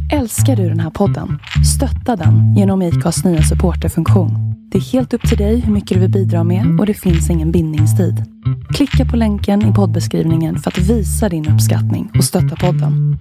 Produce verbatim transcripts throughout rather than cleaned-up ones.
Älskar du den här podden? Stötta den genom I C A:s nya supporterfunktion. Det är helt upp till dig hur mycket du vill bidra med och det finns ingen bindningstid. Klicka på länken i poddbeskrivningen för att visa din uppskattning och stötta podden.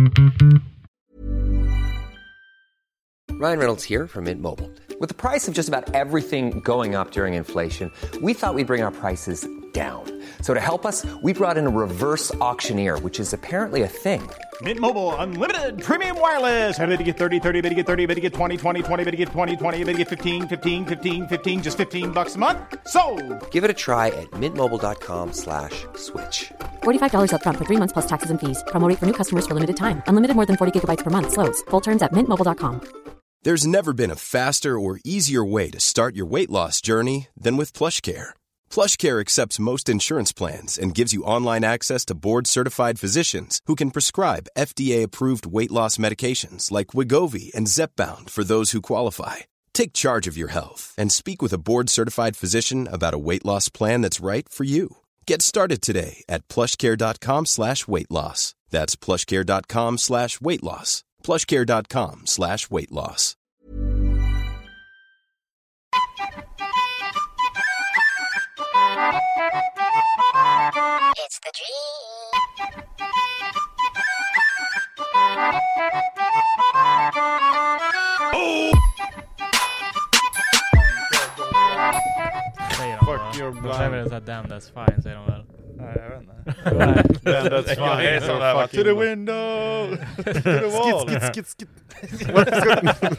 Ryan Reynolds here from Mint Mobile. With the price of just about everything going up during inflation, we thought we'd bring our prices down. So to help us, we brought in a reverse auctioneer, which is apparently a thing. Mint Mobile Unlimited Premium Wireless. How to get thirty, thirty, how to get thirty, how to get twenty, twenty, twenty, how to get twenty, twenty, how to get fifteen, fifteen, fifteen, fifteen, just fifteen bucks a month? Sold! Give it a try at mintmobile.com slash switch. forty-five dollars up front for three months plus taxes and fees. Promo rate for new customers for limited time. Unlimited more than forty gigabytes per month. Slows full terms at mint mobile dot com. There's never been a faster or easier way to start your weight loss journey than with PlushCare. PlushCare accepts most insurance plans and gives you online access to board-certified physicians who can prescribe F D A-approved weight loss medications like Wegovy and Zepbound for those who qualify. Take charge of your health and speak with a board-certified physician about a weight loss plan that's right for you. Get started today at plushcare.com slash weight loss. That's plushcare.com slash weight loss. plushcare.com slash weight loss. It's the dream. Säger de Fuck bara. your De blind. säger väl såhär, damn that's fine, säger de väl. Nej, jag vet inte. Then that's fine. Jag är sån där, Fucking- to the window, to the wall. Skit, skit, skit, skit.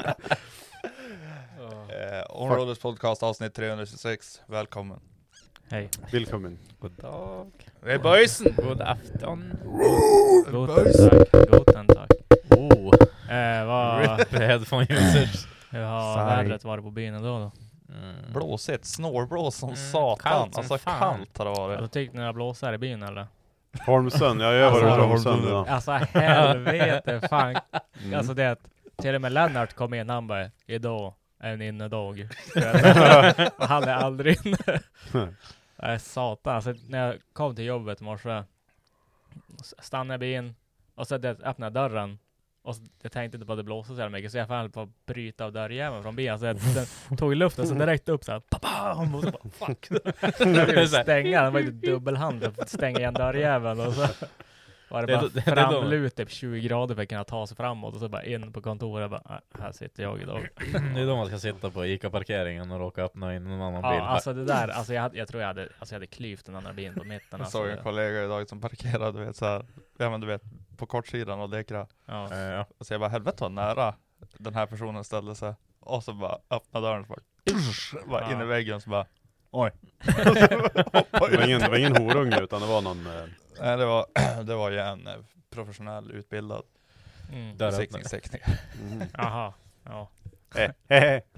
Eh, Områdets podcast avsnitt trehundratjugosex. Välkommen. Hej. Välkommen. God dag. Hej boysen. God afton. Guten tack. Guten tack. Oh. Eh, vad Rip headphone users. hur har Sorry. vädret varit på byn idag då? Mm. Blåsigt, snårblås som Mm, satan. kallt som alltså fan. kallt har det Har varit. du tyckt när jag blåser i byn eller? Holmsund, ja, jag var Alltså, i Holmsund idag. Alltså helvete fan. Mm. Alltså det att till och med Lennart kom in, han bara, idag är en innedag. Och han är aldrig inne. Nej satan, alltså när jag kom till jobbet i morse, stannade jag bilen och så det öppnade dörren. Och så, jag tänkte inte på att det blåste så här mycket, så jag fann på att bryta av dörrjäveln från bilen. Så jag den tog i luften så direkt upp så här, papam! Och så bara, fuck! Jag ville stänga, den var ju dubbelhand för att stänga igen dörrjäveln. Och så var det Det är bara då- det är då- framlut typ tjugo grader för att kunna ta sig framåt. Och så bara in på kontoret, bara, "Ah, här sitter jag idag." Det är då man ska sitta på ICA-parkeringen och råka öppna in en annan bil. Ja, alltså det där, alltså jag, hade, jag tror jag hade, alltså jag hade klyvt den andra bilen på mitten. Jag Alltså, såg en kollega idag som parkerade, du vet så här, ja men du vet, på kortsidan och dekra. ja. Eh, ja. Och så jag bara, helvete vad nära den här personen ställde sig. Och så bara öppnade dörren och bara, bara in i Ja. väggen så bara, oj. Det var ingen, det var ingen horunge utan det var någon... Eh, Nej, det var, det var ju en eh, professionell utbildad Mm. Där öppnade. besiktningstekniker. mm. Aha, ja. eh, eh, eh.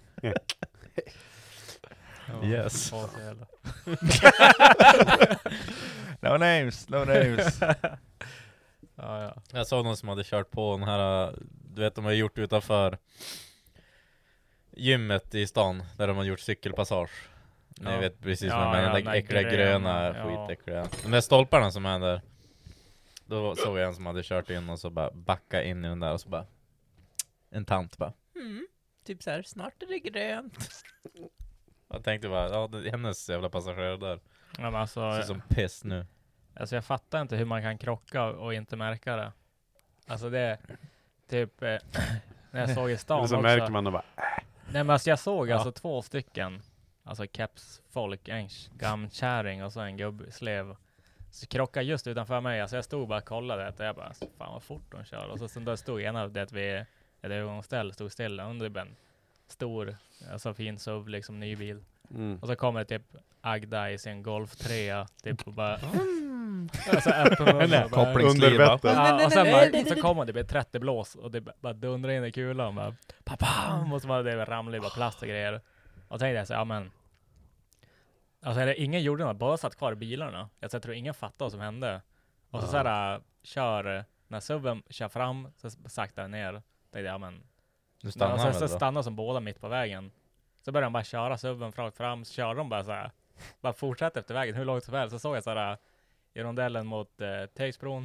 Ja, Yes. åh, så jävla. No names, no names. Ja, ja. Jag såg någon som hade kört på den här, du vet de har gjort utanför gymmet i stan, där de har gjort cykelpassage. Ni Ja. vet precis Ja, vad jag menar, ja, den den där äckliga gröna, gröna, ja. skitäckliga. De där stolparna som är där, då såg jag en som hade kört in och så bara backa in i den där och så bara en tant bara mm, typ så här, snart är det grönt. Jag tänkte bara, ja det är hennes jävla passagerare där. Ja, men alltså, Ser som piss nu. alltså jag fattar inte hur man kan krocka och inte märka det. Alltså det är typ eh, när jag såg i stan Eller så också. märker man och bara... Nej men alltså jag såg Ja. alltså två stycken, alltså kepsfolk, en gamkärring och så en gubbslev. Så krockade just utanför mig, alltså jag stod bara och kollade och jag bara, fan vad fort de kör. Och så sen där stod ena av det att vi, ett övergångsställ stod stilla under en stor, alltså fin S U V, liksom ny bil. Mm. Och så kommer typ Agda i sin Golf tre typ och bara alltså öppen mun och bara- Kopplingsliv, va? Undervettet. Ja, och sen bara, så kommer det blir trettio blås och det bara dundrar in i kulan bara, papam, och så var det ramlar i bara plast och grejer. Och tänkte jag så, ja men alltså eller, ingen gjorde något, bara satt kvar i bilarna. Jag, så jag tror ingen fattade vad som hände. Och så Ja. så här kör, när S U V:en kör fram så saktar den ner. Tänkte jag, ja men Du stannar men, väl så, då? så stannar som båda mitt på vägen. Så började de bara köra S U V:en rakt fram, så kör de bara så här, bara fortsätter efter vägen hur långt som helst. Så såg jag så här i rondellen mot eh, Tegsbron,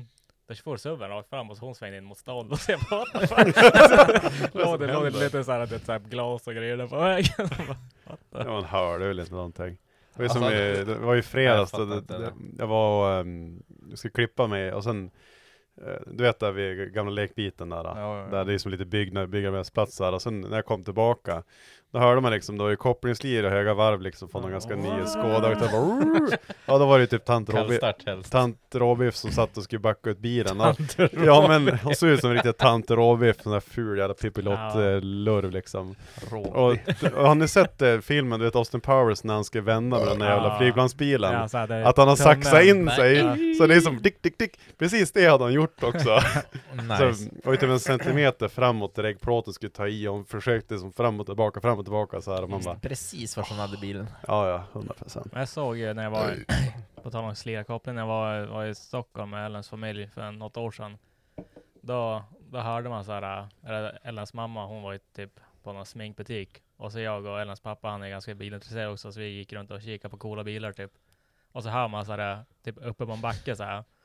Där får subben rakt fram och så hon svängde in mot stan och ser på vad låg det låg det lite så här att det är glas och grejer där på vägen. Ja, man hörde väl inte någonting. Det var ju, Alltså, som i, det var ju fredags jag då, fattar det, inte det, jag var um, jag skulle klippa mig och sen uh, du vet där vid gamla lekbiten där, Ja, ja, ja. där det är som lite byggnad, byggarbetsplats där, och sen när jag kom tillbaka då hörde man liksom, då var ju kopplingslir och höga varv liksom från någon ganska ny Skoda och bara, ja då var det ju typ tant Robin, Kallstart helst. tant Robif som satt och skulle backa ut bilen. Ja men hon såg ut som en riktigt tant Robif, sån där ful jävla pippilott-lurv liksom. Och, och har ni sett eh, filmen, du vet Austin Powers när han ska vända med den där jävla Ja. flygplansbilen? Ja, så här, det är Att han har tunneln. saxat in Nej, sig, ja. så det är som dick, dick, dick. Precis det hade han gjort också. Nice. Så, och typ en centimeter framåt där äggplåten skulle ta i, och hon försökte som fram och tillbaka, fram och tillbaka så här, och man bara, Precis var som hade bilen. ja ja, hundra procent. Men jag såg ju när jag var på tal om slirakoppling, när jag var, var i Stockholm med Ellens familj för något år sedan. Då, då hörde man så här, eller Ellens mamma, hon var ju typ på någon sminkbutik. Och så jag och Ellens pappa, han är ganska bilintresserad också, så vi gick runt och kikade på coola bilar typ. Och så hör man så här, typ uppe på en backe så här.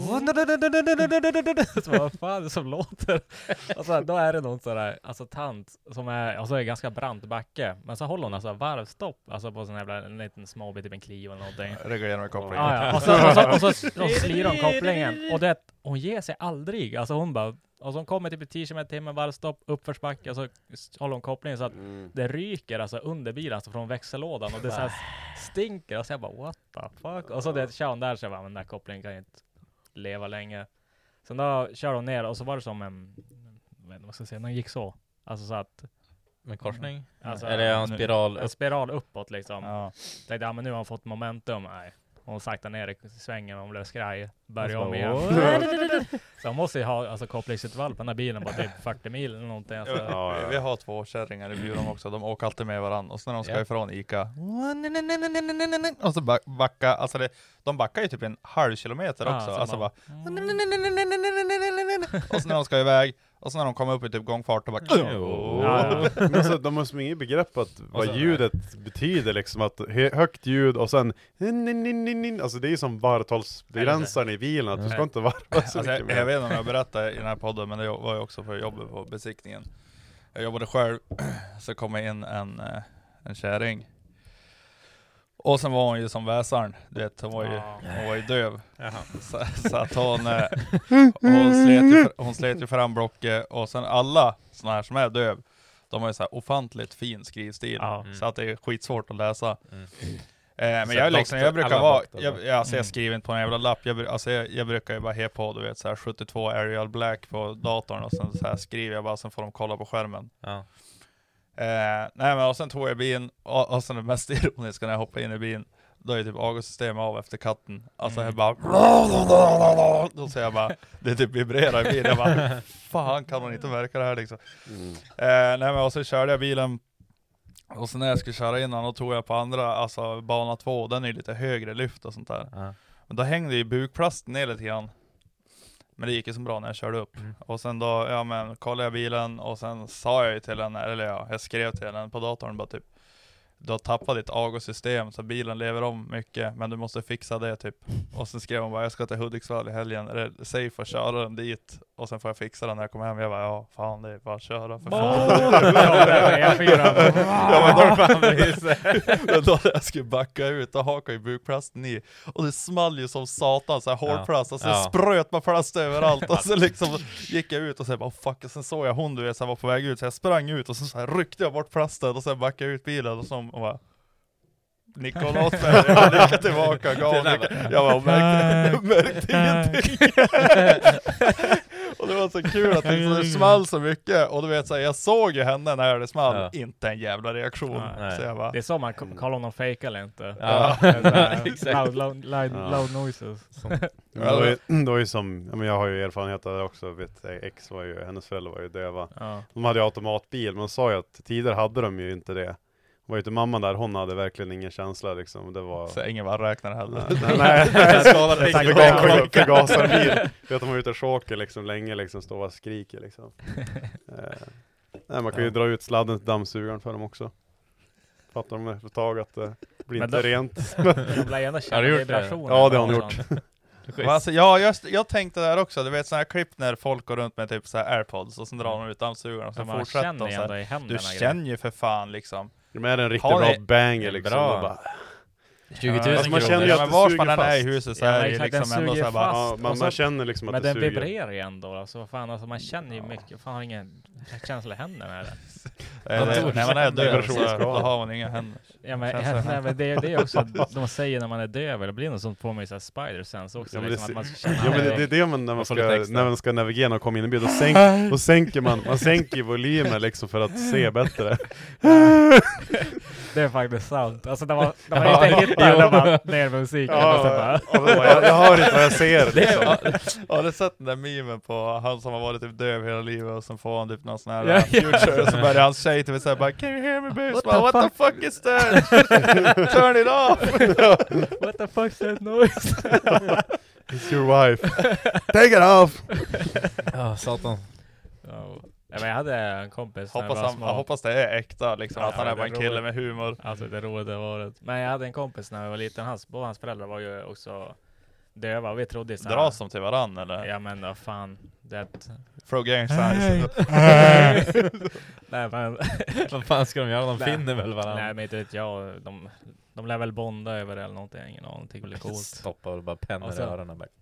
Så vad fan är det som låter? Och så här, då är det någon sån där, alltså tant som är, alltså är ganska brant backe. Men så håller hon alltså varvstopp, alltså på sån jävla en liten småbit, typ en Clio eller någonting. Reglerar med kopplingen. Ah, ja. Och så, och så, och så, och så, och så slirar hon kopplingen. Och det, hon ger sig aldrig. Alltså hon bara, och så hon kommer typ i tio kilometer timme varvstopp, uppförsbacke, och så håller hon kopplingen så att Mm. det ryker alltså under bilen, alltså från växellådan, och det så här stinker, och så jag bara what the fuck, och så det kör hon där, så jag bara, men den här kopplingen kan ju inte leva länge. Sen då kör hon ner och så var det som en, jag vet inte vad ska jag säga, den gick så, alltså så att Med korsning? alltså, Eller en spiral en upp? spiral uppåt liksom. Ja. Tänkte, ja men nu har hon fått momentum, nej. Hon sakta ner i svängen och hon blev skraj. Börja Och så om bara, igen. Så hon måste ju ha alltså, kopplingsintervall på den här bilen på typ fyrtio mil eller någonting. Alltså. Ja, ja. Vi har två kärringar i byrån också, de åker alltid med varandra. Och så när de ska Ja. ifrån Ica, och så back- backa, alltså det, de backar ju typ en halv kilometer Ja, också. så Alltså bara- bara, och så när de ska iväg, och så när de kommer upp i typ gångfart, och bara, Oh. Ja, Men alltså, de har som inget begrepp att vad så- ljudet betyder liksom, att hö- högt ljud och sen alltså det är ju som varvtalsbegränsaren i bilen, att du ska inte varva så Alltså, mycket jag, mer. jag vet inte om jag berättade i den här podden, men det var ju också för jobbet på besiktningen. Jag jobbade själv, så kom jag in en, eh, en kärring. Och sen var hon ju som väsaren, du vet, hon var ju, Ja. hon var ju döv. Jaha. Så, så att hon, eh, hon, slet ju, fr- hon slet ju fram blocket, och sen alla såna här som är döv, de har ju så här ofantligt fin skrivstil. Ja. Mm. Så att det är skitsvårt att läsa. Mm. Eh, men Så jag, är liksom, doktor- jag brukar alla vara, doktor, jag, va? jag, alltså jag Mm. skriver inte på en jävla lapp, jag, bru- alltså jag, jag brukar ju bara he på, du vet, så här sjuttiotvå Arial Black på datorn, och sen så här skriver jag bara, sen får de kolla på skärmen. Ja. Eh, nej men och sen tog jag bilen, och, och sen det mest ironiska när jag hoppade in i bilen, då är typ avgassystemet av efter katten. Alltså Mm. jag bara, då säger jag bara, det typ vibrerar i bilen, jag bara, fan kan man inte märka det här liksom. Mm. Eh, nej men och så körde jag bilen, och sen när jag skulle köra innan, då tog jag på andra, alltså bana två, den är lite högre lyft och sånt där. Ja. Men då hängde ju bukplasten ner lite grann. Men det gick ju så bra när jag körde upp. Mm. Och sen då, ja men kollade jag bilen, och sen sa jag ju till henne, eller ja, jag skrev till henne på datorn bara typ, du har tappat ditt avgassystem, så bilen lever om mycket, men du måste fixa det typ. Och sen skrev hon bara, jag ska till Hudiksvall i helgen, är det safe att köra den dit? Och sen får jag fixa den när jag kommer hem. Jag bara, ja fan, det är bara att köra för fan. E fyra. Ja, men då, då när jag skulle backa ut, då hakade ju bukplasten i, och det small ju som satan, så här hårdplast, och så Ja. spröt man plast överallt, och så liksom gick jag ut och så bara, oh, fuck, och sen såg jag hon, du vet, så här var på väg ut, så jag sprang ut, och så, så här ryckte jag bort plasten, och sen backade jag ut bilen, och så och bara nickade åt mig, jag nickade tillbaka, gav nickade. Jag bara, märkte, märkte ingenting. Och det var så kul att det, det small så mycket, och du vet så här, jag såg ju henne när det small, Ja. inte en jävla reaktion. Nej. Så jag bara, Det är så man k- kollar om de fejkar eller inte. Ja. Det är så här, Exakt. loud, loud, loud, Ja. loud noises. Men då är, då är som, ja, men jag har ju erfarenhet av det också, vet, ex var ju, hennes föräldrar var ju döva. Ja. De hade ju automatbil, men de sa ju att tidigare hade de ju inte det. Var ju inte mamman där, hon hade verkligen ingen känsla liksom. Det var... så ingen var räknare heller. Nej, nej, nej. Skadade Jag inte. förga- förgasar en bil. Vet att de var ute och choker liksom länge, liksom står och skriker liksom. Eh, nej, man kan ju Ja. dra ut sladden till dammsugaren för dem också. Fattar de ett tag att det blir Men inte då- rent. De blir gärna Har känna du gjort det? vibrationer. Ja, det har hon och gjort. sånt. Alltså, ja, jag, jag tänkte där också. Du vet sådana här klipp när folk går runt med typ så här AirPods och sen drar de ut dammsugaren och så Ja, fortsätter känner de så ändå i här. händerna Du grejer. känner ju för fan liksom. Men är det en riktigt Har bra ni- banger liksom? Bra. Och bara, tjugo tusen Alltså, man kronor. känner ju Ja, att men det vars suger man än är i fast. huset så Ja, är men det ju exakt, den liksom ändå så suger här bara... fast. ja, man, Och så- man känner liksom att Men det den suger. vibrerar ju ändå. Alltså, fan, alltså, man känner ju mycket. Fan, har ingen känsla i händerna eller? Eh, när man är döv så Vibrationsskada. då har man inga händer. Ja, men, Känns ja, det. nej, men det, det är också att de säger när man är döv, eller blir något sånt på mig så här spider sense också. Ja, men liksom, det, att man känner ja, men det, det är det man, när, man får lite ska, extra. när man ska navigera och komma in i bild, då, sänk, då sänker man, man sänker volymen liksom för att se bättre. Det är faktiskt sant. Alltså när man, när man inte hittar när man ner med musiken. och så bara, Ja, och då bara, jag, jag hör inte vad jag ser liksom. Ja, har du sett den där memen på han som har varit typ döv hela livet och sen får han typ någon sån här Ja, uh, ja. future och så börjar hans tjej typ såhär bara, can you hear me babe? What What, the what the fuck is that? Turn it off! what the fuck's that noise? It's your wife. Take it off! Ja, satan. Ja, men jag hade en kompis när jag Hoppas, var han, små. jag hoppas det är äkta liksom, Ja, att han det är bara är en kille roligt. med humor. Alltså det roliga varit. Men jag hade en kompis när jag var liten. Hans, båda hans föräldrar var ju också döva. Vi trodde så här. Dras de till varann eller? Ja men vad fan. Det... Frog gang size. Nej men... Vad fan ska de göra? De Nej. finner väl varandra? Nej men inte vet jag. De, de lär väl bonda över det eller någonting. Ingen aning. Tycker väl det är coolt. Stoppa och bara pennor Och så- i öronen. Bara.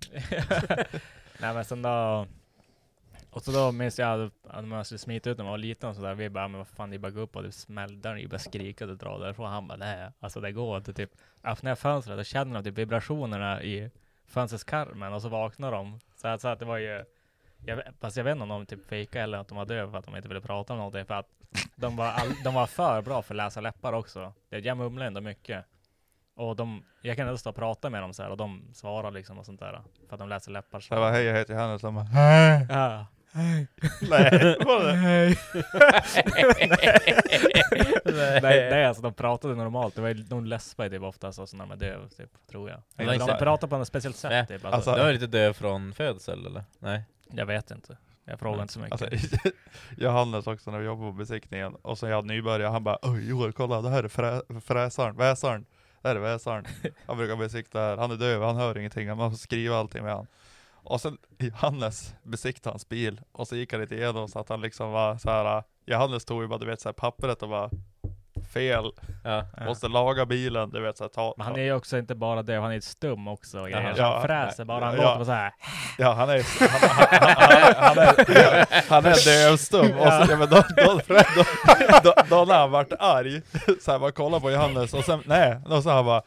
Nej men sen då... Och så då minns jag att att man skulle smita ut när man var liten och sådär. Vi bara, men vad fan, ni bara gå upp och det smällde. Ni bara skrika och dra därifrån. Han bara, nej. Alltså det går inte typ. Öppnar jag fönstret, då känner de typ vibrationerna i fönsterskarmen. Och så vaknar de. Så att, så att det var ju... Jag, vet- fast jag vet inte om de typ fejkade eller att de var döva för att de inte ville prata om någonting. För att de var, all, de var för bra för att läsa läppar också. Det, jag mumlade ändå mycket. Och de, jag kan ändå stå och prata med dem så här. Och de svarar liksom och sånt där. För att de läser läppar. Så Jag var hej, jag heter Johannes. Han bara, Ja. nej, var det? nej, nej, alltså de pratade normalt. Det var ju- de läspade typ oftast och sådana med döv, typ, tror jag. Men De, inte- de pratade på något speciellt sätt, Nej. typ. Alltså- Alltså, Du var lite döv från födsel eller? Nej. jag vet inte. Jag frågar inte så mycket. Alltså, Johannes också när vi jobbade på besiktningen. Och så jag nybörjade, han bara, oj Joel, kolla, det här är frä, fräsaren, väsaren. Det här är väsaren. Han brukar besikta här. Han är döv, han hör ingenting. Man får skriva allting med han. Och sen Johannes besiktade hans bil. Och så gick han lite igenom så att han liksom var så här. Johannes tog ju bara, du vet, så här pappret och bara fel. Ja. Ja. Måste laga bilen, du vet, så här, ta, Men han är ju också inte bara döv, han är ett stum också. Och grejer. Så Ja. han fräser bara, han Ja. låter bara så här. Ja, han är han, han, han, han, han är han är dövstum. Och så, ja, men då, då, då, då, då när han vart arg så här, bara kolla på Johannes och sen, nej, då så han bara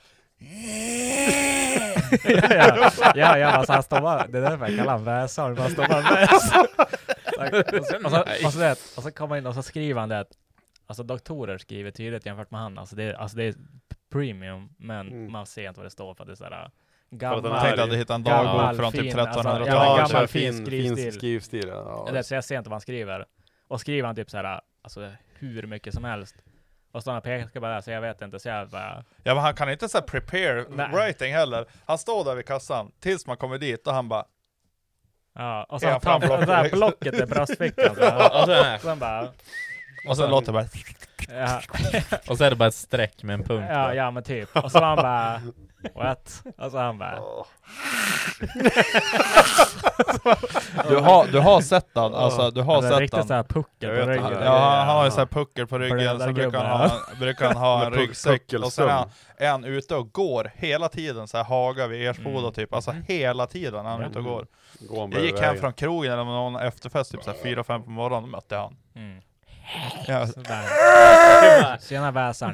ja, ja, ja, alltså han står bara, det är därför jag kallar han väsaren, han står bara väs. Och så, och så, och så, det, och så kommer han in och så skriver han det att, alltså doktorer skriver tydligt jämfört med han, alltså det, alltså det är premium, men Mm. man ser inte vad det står för, det är sådär För att den gammal, här- jag tänkte att du hittade en gammal, dagbok från typ fin, trettonhundratalet. alltså, ja, Ja, gammal fin, fin fin skrivstil. skrivstil. Ja. Det, så jag ser inte vad han skriver. Och skriver han typ såhär, alltså hur mycket som helst. Och så han pekar bara där, så jag vet inte, så jag bara... Ja, men han kan inte säga prepare Nej. writing heller. Han står där vid kassan tills man kommer dit och han bara Ja, och så Ja, han tar fram blocket, det här liksom. blocket i bröstfickan. Så här. Och så är det. Så han bara... och sen låter det bara Ja, Och så är det bara ett streck med en punkt. ja, på. ja men typ. Och så var han bara... What? Och så han bara... du har, du har sett han, alltså du har Han är sett riktigt han. såhär puckel Jag på vet ryggen. inte. Ja, han, han har ju så här puckel på ryggen, så Blödargubbe. brukar han ha, brukar han ha en Med puck- ryggsäck. puckelstum. Och sen är han, är han ute och går hela tiden, så här Haga vid Ersboda Mm. typ. Alltså hela tiden är han ute och går. Går han Jag gick bara hem iväg. från krogen eller någon efterfest typ så här fyra, fem på morgonen och mötte han. Mm. Ja, Sådär. Tjena väsaren.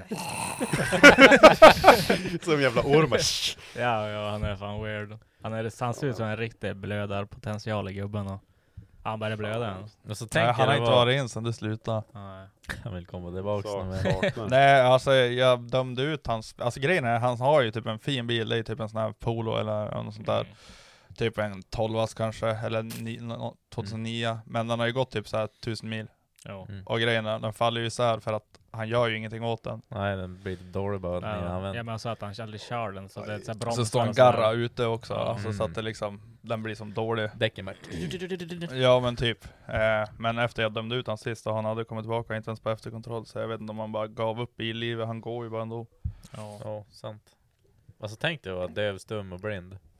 Som en jävla orm. Ja, ja, han är fan weird. Han, är, han ser ut som en riktig blödarpotential i gubben. Och han börjar blöda än. Och så nej, tänker han har jag inte vad... varit in sen du slutade. Nej. Han vill komma tillbaka. Så, men- saknar. Nej, alltså jag dömde ut hans, alltså grejen är, han har ju typ en fin bil, det är typ en sån här Polo eller något sånt där. Mm. Typ en tolvas kanske, eller ni, no, tjugohundranio. Men den har ju gått typ så här tusen mil. Jo. Mm. Och grejen är, den faller ju isär för att han gör ju ingenting åt den. Nej, den blir lite dålig bara när Ja, han ja, vänder. men så att han aldrig kör den, så det är så här Och bromsar så står han och så här. garra ute också, Ja. alltså, så att det liksom, den blir som dålig. Däcken bara... Ja men typ. Eh, men efter jag dömde ut han sist och han hade kommit tillbaka inte ens på efterkontroll, så jag vet inte om han bara gav upp i livet, han går ju bara ändå. Ja. Ja, sant. Alltså tänk dig att vara döv, stum och blind.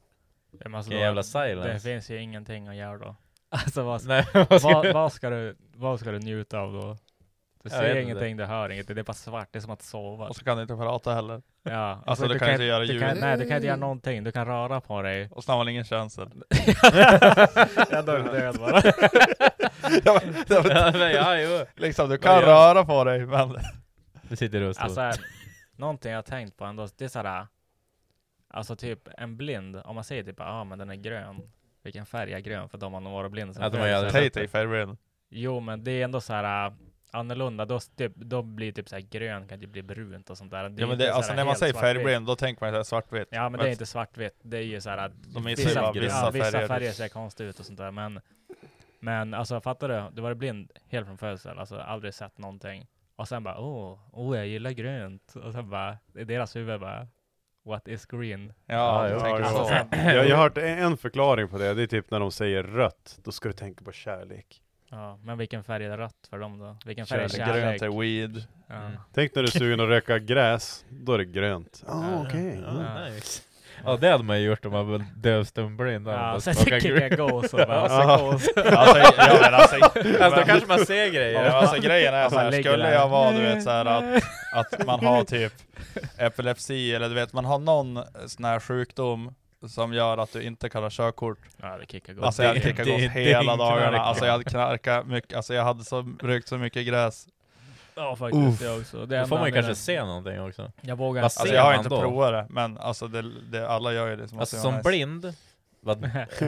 Ja, men alltså En då, jävla silence. det finns ju ingenting att göra då. Alltså vad, Nej, vad ska vad, du- vad, ska du, vad ska du njuta av då? Du Jag ser vet ingenting, inte. du hör inget. Det är bara svart, det är som att sova. Och så kan du inte prata heller. Ja, Alltså, du kan inte göra du ljud. kan, nej, du kan inte göra någonting. Du kan röra på dig. Och så har man ingen känsel. Ja, då är du död bara. ja, men, ja, men, Ja, men, ja, jo. liksom, du Vad kan gör röra på dig, men... Nu sitter du och står. Alltså, någonting jag har tänkt på ändå, det är såhär, alltså typ en blind, om man säger typ, ja ah, men den är grön. Vilken färg är grön för de har nog varit blind sen Att de har födseln. aldrig- Tay-Tay färgblind. Jo, men det är ändå så här äh, annorlunda. Då, typ, då blir typ så här grön, kan det bli brunt och sånt där. Det är Ja, men inte det, så alltså här när man helt säger svartvitt. färgblind, då tänker man så här svartvitt. Ja, men det är inte svartvitt. Det är ju så här att De missar ju bara vissa ja, vissa färger. färger ser konstigt ut och sånt där. Men, men alltså fattar du? Du var blind helt från födseln. Alltså aldrig sett någonting. Och sen bara, åh, oh, jag gillar grönt. Och sen bara, i deras huvud bara, what is green? Ja, Ja, jag tänker ja, så. ja. Jag, jag har hört en, en förklaring på det. Det är typ när de säger rött, då ska du tänka på kärlek. Ja, men vilken färg är rött för dem då? Vilken färg är Kärlek, kärlek? grönt är weed. Ja. Mm. Tänk när du är sugen att röka gräs, då är det grönt. Ja, Ja, okej. Ja, Ja. nice. Ja, det hade man ju gjort om man var dövstumblind. Ja, sen tycker jag gås och bara, Ja. gås. Alltså, ja, men alltså, Alltså då kanske man ser ja, grejer. men alltså grejen är Ja, så man här, ligger skulle där. jag vara, du vet så här att, att man har typ epilepsi, eller du vet, man har någon sån här sjukdom som gör att du inte kan ha körkort. Ja, det kickar gås. Alltså jag hade det- kickat det- gås det- hela det är dagarna. knark. Alltså jag hade knarkat mycket, alltså jag hade så, rökt så mycket gräs. Ja, faktiskt. Jag också. Det Då får man ju enda kanske se anledningen- någonting också. Jag vågar Vad inte. Alltså ser jag har man inte då? provat det, men alltså det, det, alla gör ju det. Som, Alltså måste som vara nice. blind, vad,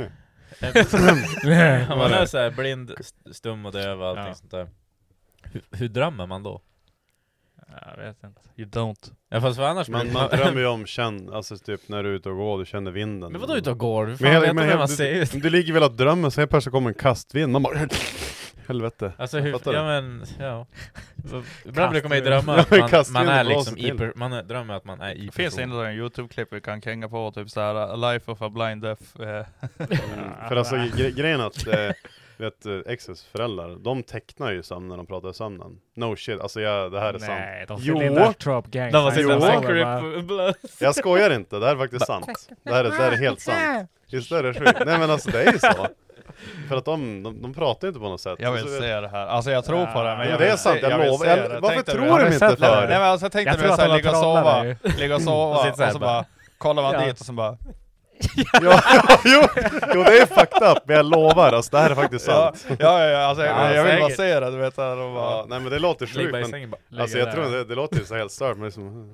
om man är så här blind, st- stum och döv och allting Ja. sånt där. Hur, hur drömmer man då? Jag vet inte. You don't. Ja, fast för annars Man, blir- man drömmer ju om känn, alltså typ när du är ute och går, du känner vinden. Men vadå ute och går? Hur fan Men, hela- vet men, du hur man du, ser ut? du ligger väl att drömma, så helt plötsligt kommer en kastvind, man bara helvete. Alltså hur, Fattar ja du? men, ja. Så, ibland brukar man ju drömma Ja, att man, kastvind man är blåser liksom i, till. per, man är, drömmer att man är i Det finns person. en YouTube-klipp vi kan känga på, typ såhär A Life of a Blind Deaf. Eh. För alltså gre- grejen att, eh, vet eh, exes föräldrar, de tecknar ju sömn när de pratar i sömnen. No shit, alltså jag, det här är sant. Nej, de Jo. sitter in där Trop Gang. De var sitter Jo. och grip blood. Jag skojar inte, det här är faktiskt sant. Det här är, det här är helt sant. Just det, är sjukt. Nej men alltså det är ju så. För att de, de, de pratar inte på något sätt. Jag vill Alltså, se det här. Alltså jag tror på det, men Ja, jag det vill är sant, se, jag vill lovar. se Jag- det. varför Tänkte tror vi- de har inte sett det? för? Nej men alltså jag tänkte Jag vi tror att såhär de ligga och trollar sova, dig. ligga och sova, Och sitter och så här så bara- bara kollar man Ja. dit och så bara Ja, jo, jo, det är fucked up, men jag lovar, alltså det här är faktiskt ja, sant. ja, ja, alltså jag, Ja, jag vill bara säkert. se det, du vet här och bara Ja, nej men det låter Ligg sjukt, bara i men sängen bara. alltså Ligger jag tror där. det, det låter ju så helt stört, men det är som...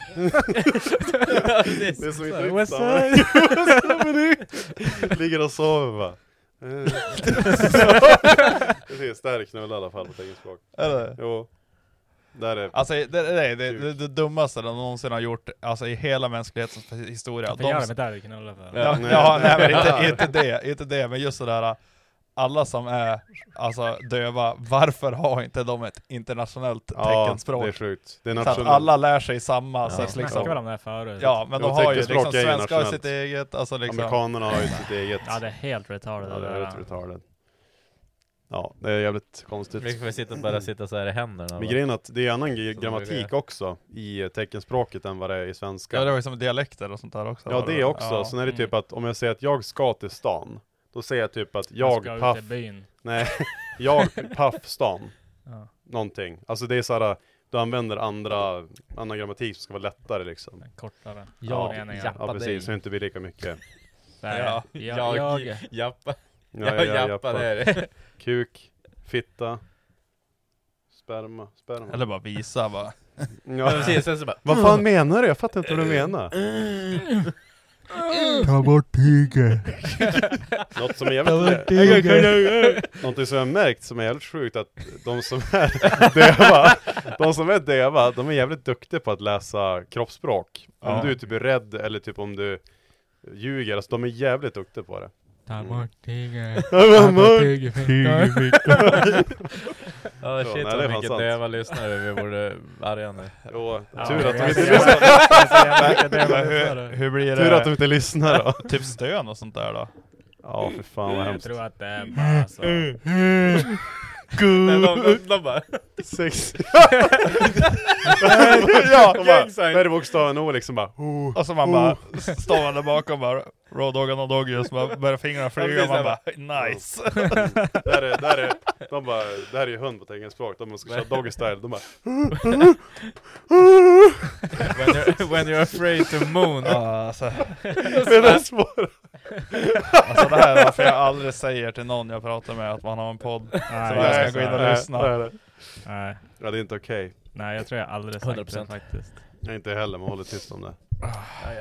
Det Det är är som inte What's riktigt samma. Ligger och sover bara. Eh. Precis, det här är knull i alla fall på teckenspråk. eller? Jo. Där är... Alltså det, det, det, det, det dummaste de någonsin har gjort, alltså i hela mänsklighetens historia. Varför De- gör de inte det? Knulla för? Ja, Nej. ja, nej men inte, inte det, inte det, men just sådär, alla som är alltså döva, varför har inte de ett internationellt Ja, teckenspråk? det är sjukt. Det är Så att nationellt. alla lär sig samma, Ja. så Vi att snackade liksom, väl om det här förut? ja men de Jo, har ju teckenspråk liksom, är ju svenska har nationellt. sitt eget, alltså liksom. Amerikanerna har ju sitt eget. Ja, det är helt retarded. Ja, det det är där. rätt retarded. Ja, det är jävligt konstigt. Vi får sitta bara sitta så här i händerna. Men va? grejen är att det är annan ge- Så grammatik det är- också i eh, teckenspråket än vad det är i svenska. Ja, det var ju som dialekter och sånt där också. Ja, det också. Ja. Sen är det typ att om jag säger att jag ska till stan, då säger jag typ att Jag jag, ska ut paff, i byn. nej, jag, paff, stan. Ja. Någonting. Alltså det är såhär, du använder andra, annan grammatik som ska vara lättare liksom. Kortare. Ja, meningar. ja. Ja, precis, så det inte blir lika mycket. Så här, Ja. jag, Jag, jag, jappa. Ja, Ja, jappa det är det. Kuk, fitta, sperma, sperma. Eller bara visa bara. Ja, Precis, sen så bara... vad fan menar du? Jag fattar inte vad du menar. Ta bort tyget. Något som är jävligt... Någonting som jag har märkt som är jävligt sjukt, att de som är döva, de som är döva, de är jävligt duktiga på att läsa kroppsspråk. Om Ja. du typ är rädd eller typ om du ljuger, alltså de är jävligt duktiga på det. Ta bort tyget. Ta bort Ja, Så, shit nej, det är vad fan mycket sant. döva lyssnare vi borde arga nu. Jo, Ja, tur att de jag- inte jag- lyssnar. Men hur, hur blir Tur att de det? inte lyssnar då. Typ stön och sånt där då? Ja, för fan vad Jag hemskt. tror att det är bara så. Nej, de, de, de bara... Sex. Ja, de bara, där är bokstaven O liksom bara. Oh, och så man bara står man där bakom bara Raw Doggan och Doggy och så bara börjar fingrarna flyga och man bara nice. där är, där är, de bara, det här är ju hund på teckenspråk. De ska köra Doggy style. De bara. when, you're, when you're afraid to moon. Ja, alltså. Det är svårt. Alltså det här är varför jag aldrig säger till någon jag pratar med att man har en podd. Nej, så jag ska gå in och lyssna. Nej, nej. Nej. Ja, det är inte okej. Okay. Nej, jag tror jag aldrig sagt det faktiskt. Jag inte heller, men håller tyst om det. Ja, ja.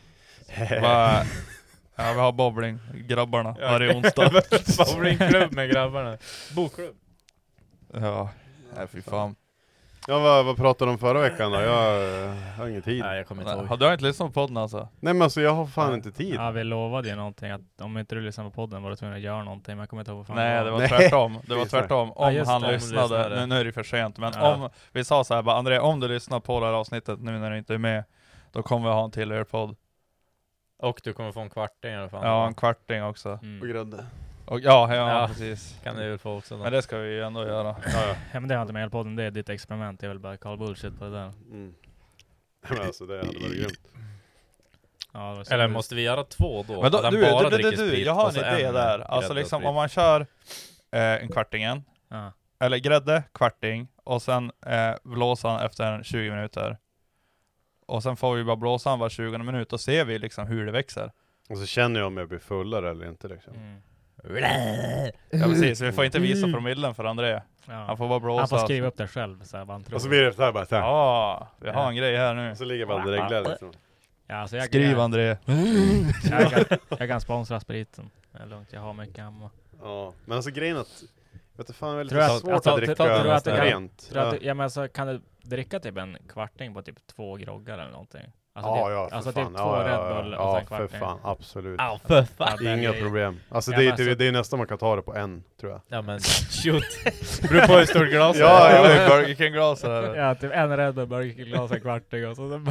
Va, ja, vi har bowling, grabbarna, Ja. varje onsdag. Bowlingklubb med grabbarna. Bokklubb. Ja, nej fy fan. Ja, vad, vad pratade de om förra veckan då? Jag uh, har ingen tid. Nej, jag kommer inte Nej, ihåg. har du inte lyssnat på podden alltså? Nej, men alltså jag har fan inte tid. Ja, vi lovade ju någonting att om inte du lyssnar på podden var du tvungen att göra någonting, men jag kommer inte ihåg vad fan Nej, det var Nej. tvärtom. Det var Just det. tvärtom. Ja, Om just han det, om du lyssnade, lyssnade. nu, nu är det för sent, men Ja. om vi sa så här bara, André, om du lyssnar på det här avsnittet nu när du inte är med, då kommer vi ha en till er podd. Och du kommer få en kvarting i alla fall. Ja, en kvarting också. Mm. Och grädde. Och, ja, ja, Ja. precis. Kan du väl få också då. Men det ska vi ju ändå göra. Ja, ja. Ja, men det har inte med hela podden, det är ditt experiment. Jag vill bara call bullshit på det där. Mm. Men alltså det hade varit grymt. Ja, det var så Eller det- måste vi göra två då? Men då, Att han du, bara du, du, dricker du, sprit jag har och en så idé en där. grädde Alltså och liksom sprit. om man kör eh, en kvartingen, Ja. eller grädde, kvarting, och sen eh, blåsa han efter tjugo minuter. Och sen får vi bara blåsa han var tjugonde minut och ser vi liksom hur det växer. Och så känner jag om jag blir fullare eller inte liksom. Mm. Ja precis, vi får inte visa promillen för André. Ja. Han får bara blåsa. Han får skriva upp det själv så här, vad han tror. Och så blir det så här bara så här. Ja, vi har Ja. en grej här nu. Och så ligger man och dreglar liksom. Ja, alltså jag, Skriv jag, André. jag, kan, jag kan sponsra spriten. Det är lugnt, jag har mycket hemma. Ja, men alltså grejen att vet du fan, det är Tror lite att- svårt alltså, att dricka tror du att det kan- rent. Tror Ja. att, ja, men alltså, kan du dricka typ en kvarting på typ två groggar eller någonting? Alltså, Ja, typ, ja, för alltså fan. typ två ja, Red ja, Bull ja, och ja, sen för kvarting. fan, absolut. Ja, för fan. Ja, Inga det är- problem. Alltså Ja, det, är, men det, alltså- det är nästan man kan ta det på en, tror jag. Ja men shoot. Beror på hur stort glas Ja, Ja, ja. det är Burger King-glas här. Ja, typ en Red Bull, Burger King-glas, en kvarting och så sen bara...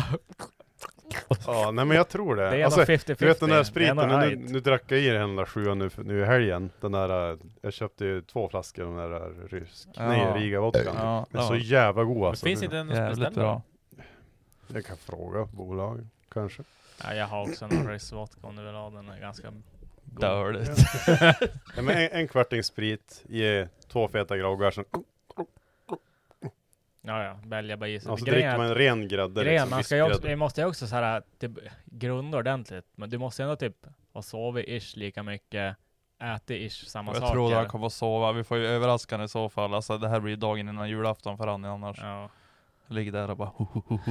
Ja, nej men jag tror det. Det är ändå alltså, femtio du vet den där femtio. spriten, Det är nu, ändå nu, right. nu drack jag i den där sjuan nu, nu i helgen. Den där, äh, jag köpte ju två flaskor av den där rysk, Ja. nej, Riga vodkan. Ja, Den är så ja. jävla god Det alltså. finns inte en att Jävligt beställa. bra. Jag kan fråga bolaget, kanske. Ja, jag har också en Riz vodka om du vill ha den, är ganska god. Dåligt. Ja, men en, en kvarting sprit, ge två feta groggar, sen Ja, ja, välja bara i sig. alltså Grejen dricker är man en ren grädde. Grejen, liksom, man ska ju också, vispgrädde. vi måste ju också så här typ grunda ordentligt, men du måste ju ändå typ ha sovit ish lika mycket, ätit ish samma Jag saker. tror att han kommer att sova. Vi får ju överraska i så fall. Alltså det här blir ju dagen innan julafton för han annars. Ja. Ligger där och bara ho, ho, ho, ho.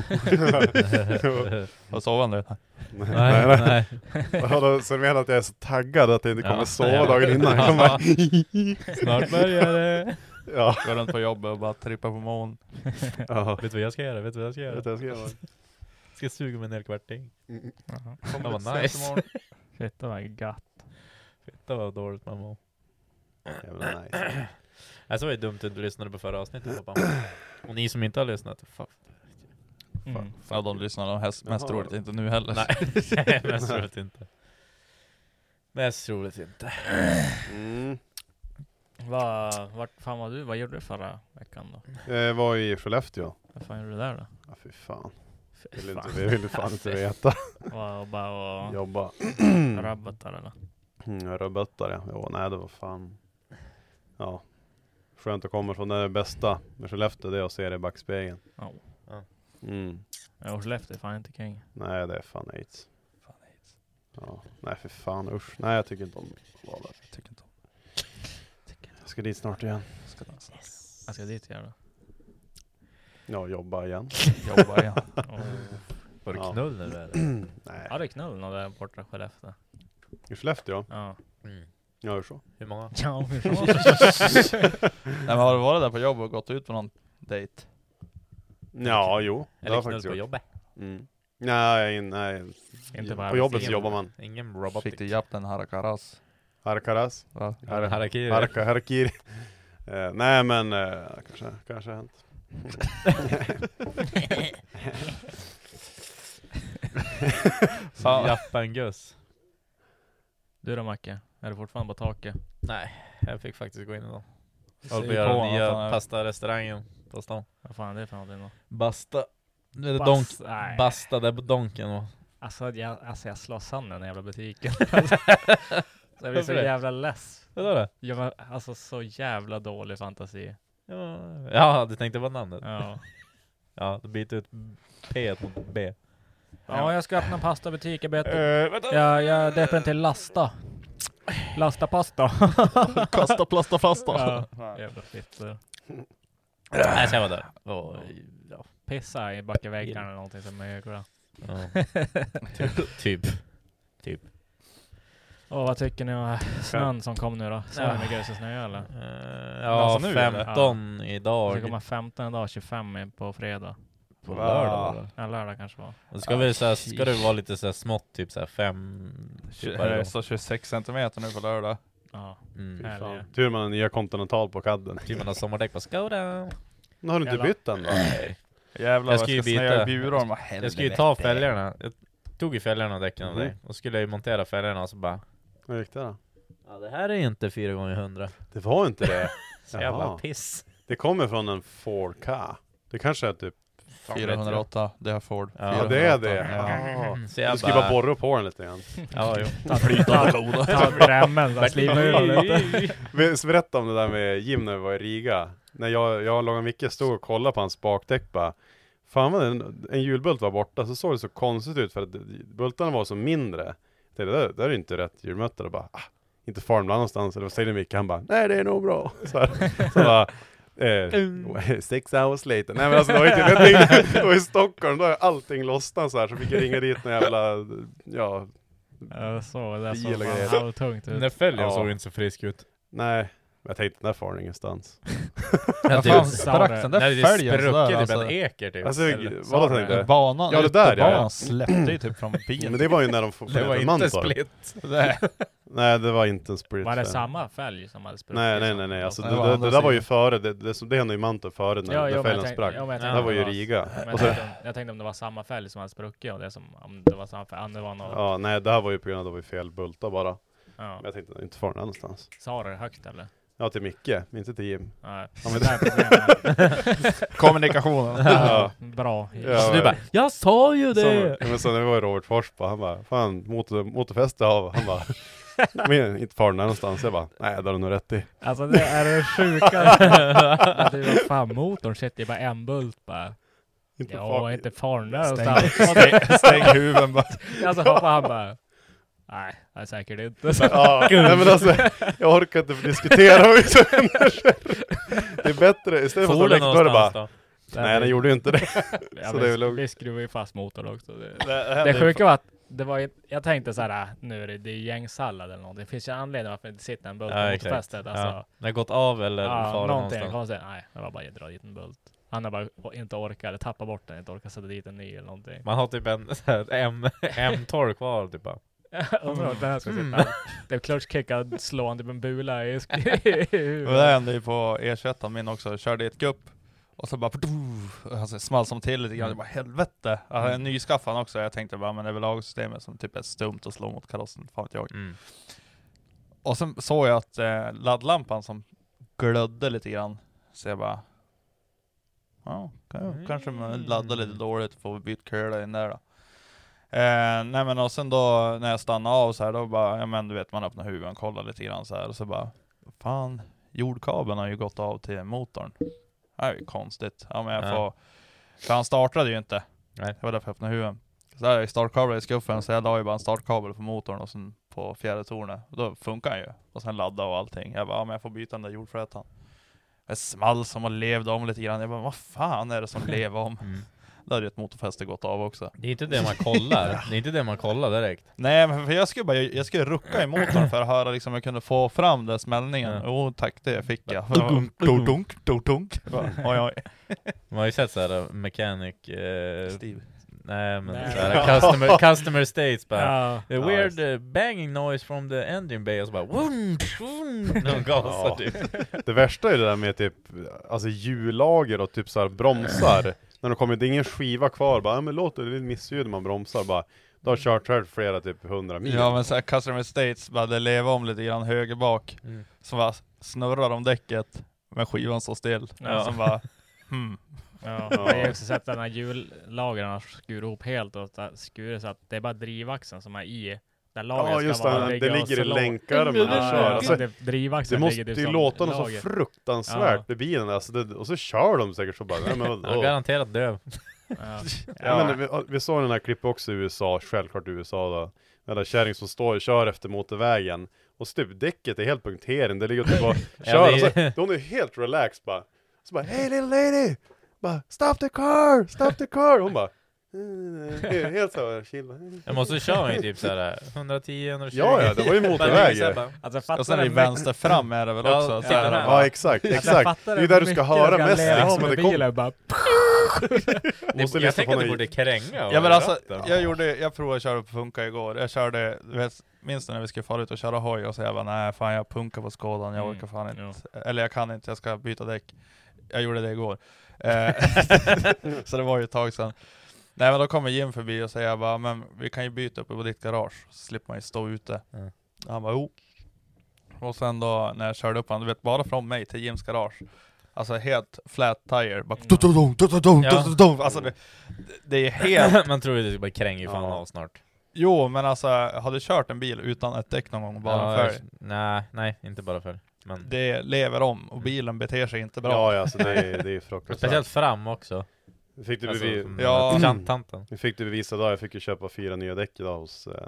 Och sover han det? Nej, Nej, nej, nej. Ja, då, så du menar att jag är så taggad att jag inte kommer Ja. sova Ja. dagen innan? Jag bara, Snart börjar det. ja. Går runt på jobbet och bara trippar på mån. Ja. Vet du vad jag ska göra? Vet du vad jag ska Jag göra? vet vad jag ska göra. Ska suga mig en hel kvarting. Mm. Jaha. Kommer vad lite sent nice. imorgon. Shit, det var gött. Det var dåligt man var. Jävla nice. Alltså var ju dumt att du inte lyssnade på förra avsnittet. Pappa. Och ni som inte har lyssnat, fuck. Mm. Ja, de lyssnar de mest, mest Jaha. troligt inte nu heller. Nej, mest troligt inte. Mest troligt inte. Mm. Vad, vart fan var du? Vad gjorde du förra veckan då? Jag var i Skellefteå. Vad fan gjorde du där då? Ja, fy fan. Fy Jag vill fan. inte, jag vill fan inte veta. Var och bara och Jobba. rabbat där eller? Mm, jag rödböttare. Jo, nej det var fan. Ja. Skönt att komma från det bästa med Skellefteå, det är att se det i backspegeln. Ja. Mm. Jag Skellefteå är fan inte king. Nej, det är fan aids. Fan, aids. Ja. Nej, för fan, usch. Nej, jag tycker inte om att vara där. Jag tycker inte om Jag ska dit snart igen. det. Ska dansa. Jag ska dit göra. Ja, jobba igen. Jobba igen. Oh. Var det Ja. knull nu eller? Nej. Ja, det är knull när det är borta i Skellefteå. I Skellefteå? Ja. Mm. Ja, hur så? Hur många? Ja, hur så? Nej, men har du varit där på jobb och gått ut på någon dejt? Ja, jo. Det har Eller jag knull faktiskt på gjort. jobbet? Mm. Nej, nej. Inte På på jobbet så arbetstid. jobbar man. Ingen robot. Fick du japp den här karas? Harkaras. Va? Har- Harakiri. Harka, harakiri. Eh, nej men eh, kanske, kanske har hänt. Fan. Jappan Gus. Du då Macke? Är du fortfarande på taket? Nej, jag fick faktiskt gå in idag. Håller på att göra nya pasta-restaurangen på stan. Vad fan är det för någonting då? Basta. Nu är det Bas- donk. nej. Basta där på donken. Och. Alltså jag, alltså jag slår sönder den jävla butiken. Alltså, så jag blir så jävla less. Vad är det? Jag var, alltså så jävla dålig fantasi. Ja, ja du tänkte på namnet. Ja. Ja, du byter ut P mot B. Ja, jag ska öppna pastabutik. Jag ber Uh, vänta. jag, jag döper den till Lasta. Lasta pasta. Kasta, plasta, fasta. Ja, jävla fitter. Nej, så jag var där. Och, ja. Pissa i backaväggarna eller någonting som är bra. Ja. typ. Typ. Typ. Och vad tycker ni om snön som kom nu då? Så är det mycket grus och snö eller? Uh, ja, alltså nu, femton ja. idag. Det kommer femton idag, tjugofem på fredag. På lördag eller? Ja, lördag kanske var. Och ska, vi, så här, ska det vara lite så här smått, typ så här fem... Typ Det är så tjugosex centimeter nu på lördag. Ja. Mm. Härliga. Tur man har nya Continental på kadden. Typ man har sommardäck på Skoda. Nu har du inte Jävlar. bytt den då? Nej. Jävlar Jag vad ska ju jag ska snöa byta. i Bjurholm. Vad Jag ska ju ta fälgarna. Jag tog ju fälgarna och däcken av Mm. dig. Och skulle jag ju montera fälgarna och så bara... Vad gick det då? Ja, det här är inte fyra gånger hundra. Det var inte det. Så jävla Jaha. piss. Det kommer från en Ford Ka. Det kanske är typ... fyrahundraåtta, det har Ford. Ja, det är det. Ja. Så jag Du ska bara borra på den lite grann. Ja, jo. Ta drämmen, så slima ur lite. Vi ska berätta om det där med Jim när vi var i Riga. När jag, jag och Lagan Micke stod och kollade på hans bakdäck bara. Fan vad en, en hjulbult var borta, så såg det så konstigt ut för att bultarna var så mindre. Det där, det där är inte rätt hjulmötter. Och bara, ah, inte farmland någonstans. Eller vad säger Micke? Han bara, nej det är nog bra. Så, här, så bara, eh, six hours later. Nej men alltså det var inte, jag tänkte, det var i Stockholm, då är allting lossnat så här. Så fick jag ringa dit en jävla, ja. Ja, så det är så Gillar grejer. fan halvtungt ut. Den fälgen Ja. såg inte så frisk ut. Nej, men jag tänkte den där far ingenstans. Vad det- fan sa sprack det. den där Nej, det fälgen spruckit sådär, typ alltså. en eker typ. Alltså, Eller- vad sa tänkte du? jag? Banan, Ja, det ute där, ja. banan släppte ju typ från bilen. Men det var ju när de får Det var inte split. Nej. Nej, det var inte en split. Var det fan. samma fälg som hade spruckit? Nej, nej, nej, nej. Alltså, Det det, var det, det, andra där var ju sidan. före, det, det, det, det hände i Mantorp före när, Ja, när jo, men fälgen jag tänkte- sprack. ja, men jag Det tänkte där var ju det var- Riga. Men Och jag, så, tänkte, om- jag tänkte om det var samma fälg som hade spruckit och det som om det var samma fälg. Ja, det var något, ja, nej, det här var ju på grund av att det var fel bultar bara. ja. Men jag tänkte inte fara någonstans. Sa du det högt eller? Ja, till Micke, men inte till Jim. Nej. Ja, men Det är problemet. Kommunikationen. Ja. Bra. Ja, Så du bara, jag sa ju Som, det! ja, men så när vi var i Robert Forsba, han bara, fan, motor, motorfäste av. Han bara, men inte fara någonstans. Jag bara, nej, det har du nog rätt i. Alltså det är det sjuka. Att det var fan motorn sitter ju bara en bult bara. Inte Ja, fart. inte farn där Stäng, någonstans. stäng, stäng huven bara. Alltså hoppar han bara. Nej, det är säkert inte. Så. Ja, nej, men alltså, jag orkar inte diskutera. Det är bättre, istället för att For stå det och bara, någonstans då? nej, den gjorde ju inte det. Ja, Så det är väl vi, lugnt. vi skruvar ju fast motorn också. Det, Det, det sjuka var att det var ju, jag tänkte så här, nu är det, det är gängsallad eller någonting. Det finns ju anledning varför det inte sitter en bult på Ja, exakt. motorfästet. Alltså, Ja. Den har gått av eller ja, fara någonting någonstans. konstigt. Nej, det var bara att dra dit en bult. Han har bara inte orkat, eller tappat bort den, inte orkat sätta dit en ny eller någonting. Man har typ en så här, M, M tolv kvar typ bara. Undrar om den här ska sitta. Mm. Det är klurskickad, slå han typ en bula i Och det hände ju på E tjugoett min också. Jag körde i ett gupp. Och så bara alltså, small som till lite grann. Jag bara helvete. Jag hade en ny skaffan också. Jag tänkte bara, men det är väl lagsystemet som typ är stumt och slår mot karossen. Fan vet jag. Mm. Och sen såg jag att eh, laddlampan som glödde lite grann. Så jag bara, ja, kan, kanske man laddar lite dåligt. Får vi byta köla in där då. Eh, nej men och sen då när jag stannade av så här, då bara, ja men du vet man öppnar huvudet och kollar lite grann så här. Och så bara, fan, jordkabeln har ju gått av till motorn. Det är ju konstigt. Ja men jag Ja. får, för han startade ju inte. Nej. Det var därför jag öppnade huvudet. Så där är startkabel i skuffen, så jag la ju bara en startkabel på motorn och sen på fjärde tornet. Och då funkar han ju. Och sen ladda och allting. Jag bara, ja men jag får byta den där jordflätan. Det small som har levt om lite grann. Jag bara, vad fan är det som lever om? Mm. Där hade ju ett motorfäste gått av också. Det är inte det man kollar. Det är inte det man kollar direkt. Nej, men för jag skulle bara, jag skulle rucka i motorn för att höra liksom jag kunde få fram den smällningen. Ja. Jo, tack, det fick jag. Dunk, dunk, dunk. Oj, oj. Man har ju sett så här mechanic eh, Steve. Nej men Nej. så här, customer, customer states bara Ja. a weird uh, banging noise from the engine bay och så bara vroom, vroom, de gasar Ja. typ. Det värsta är det där med typ, alltså hjullager och typ så här bromsar. När det kommer, det är ingen skiva kvar, bara, ja, men låter det lite missljud när man bromsar, bara, då har kört här flera typ hundra mil. Ja men såhär customer states bara det lever om lite grann höger bak. Mm. Som bara snurrar om däcket. Men skivan står still. Ja. Som bara, hmm. Ja, jag har också sett den här hjullagren har skurit ihop helt och skurit så att det är bara drivaxeln som är i. Där lagret Ja, ska just vara, det. Det ligger i länkar. Men ja, det, ja, kör. Alltså, det, drivaxeln det måste ligger typ ju som låta något så lager. fruktansvärt Ja. med bilen. Alltså, det, och så kör de säkert så bara. Nej, men, Han är garanterat döv. Ja. Ja, men vi, vi såg den här klipp också i U S A, självklart i U S A då. Den där kärring som står och kör efter motorvägen. Och stupdäcket är helt punktering. Det ligger typ bara kör. Ja, det är... Alltså, hon är helt relaxed bara. Så bara, hey little lady! Bara, stop the car! Stop the car! Hon bara, mm, helt så chill. Jag måste köra i typ såhär hundratio hundratjugo. Ja, ja, det var ju motorväg. Alltså, och sen i vänster fram är det väl Ja, också. ja, Så här, ja. Ja, exakt, exakt. Det är där du ska höra mest. Liksom, men det kom... bara... Måste Jag tänker att det det borde kränga. Ja men alltså, jag gjorde, jag provade att köra på Funka igår. Jag körde, du vet, minst när vi skulle fara ut och köra hoj och så jag bara, nej fan jag punkar på Skodan, jag Mm. orkar fan inte. Ja. Eller jag kan inte, jag ska byta däck. Jag gjorde det igår. Eh, så det var ju ett tag sedan. Nej men då kommer Jim förbi och säger bara, men vi kan ju byta uppe på ditt garage. Så slipper man ju stå ute. Mm. Han bara, jo. Och sen då när jag körde upp han, du vet, bara från mig till Jims garage. Alltså helt flat tire. Bara, Ja. alltså det, det är helt... Man tror ju det ska bara kränga fan Ja. av snart. Jo, men alltså, har du kört en bil utan ett däck någon gång? Bara Ja, för nej, nej, inte bara för. Men det lever om och bilen beter sig inte bra. Ja, ja, alltså det är, det är fruktansvärt. speciellt fram också. Fick du, Alltså, bevi- som ja. kantanten. vi fick du bevisa idag, jag fick ju köpa fyra nya däck idag hos eh,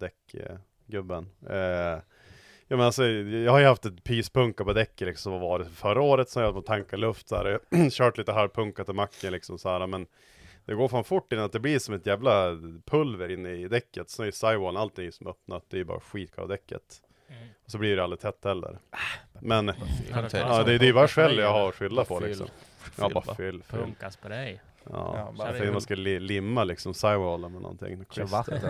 däckgubben. Eh, ja, men alltså, jag har ju haft ett pyspunka på däcket liksom, vad var det förra året, så jag hade tankat luft så här, kört lite halvpunkat till macken liksom så här, men det går fan fort innan att det blir som ett jävla pulver inne i däcket. Så är sidewallen, allting är som öppnat, det är bara skitkall däcket. Mm. Och så blir det aldrig tätt heller. Men Hanter. ja, det, det är bara skäll jag har att skylla på Fyll. liksom. Ja, bara fyll, fyll. Punkas på dig. Ja, Ja, bara kör för in. man ska li- limma liksom sidewallen med någonting. Kör Schysst. vatten.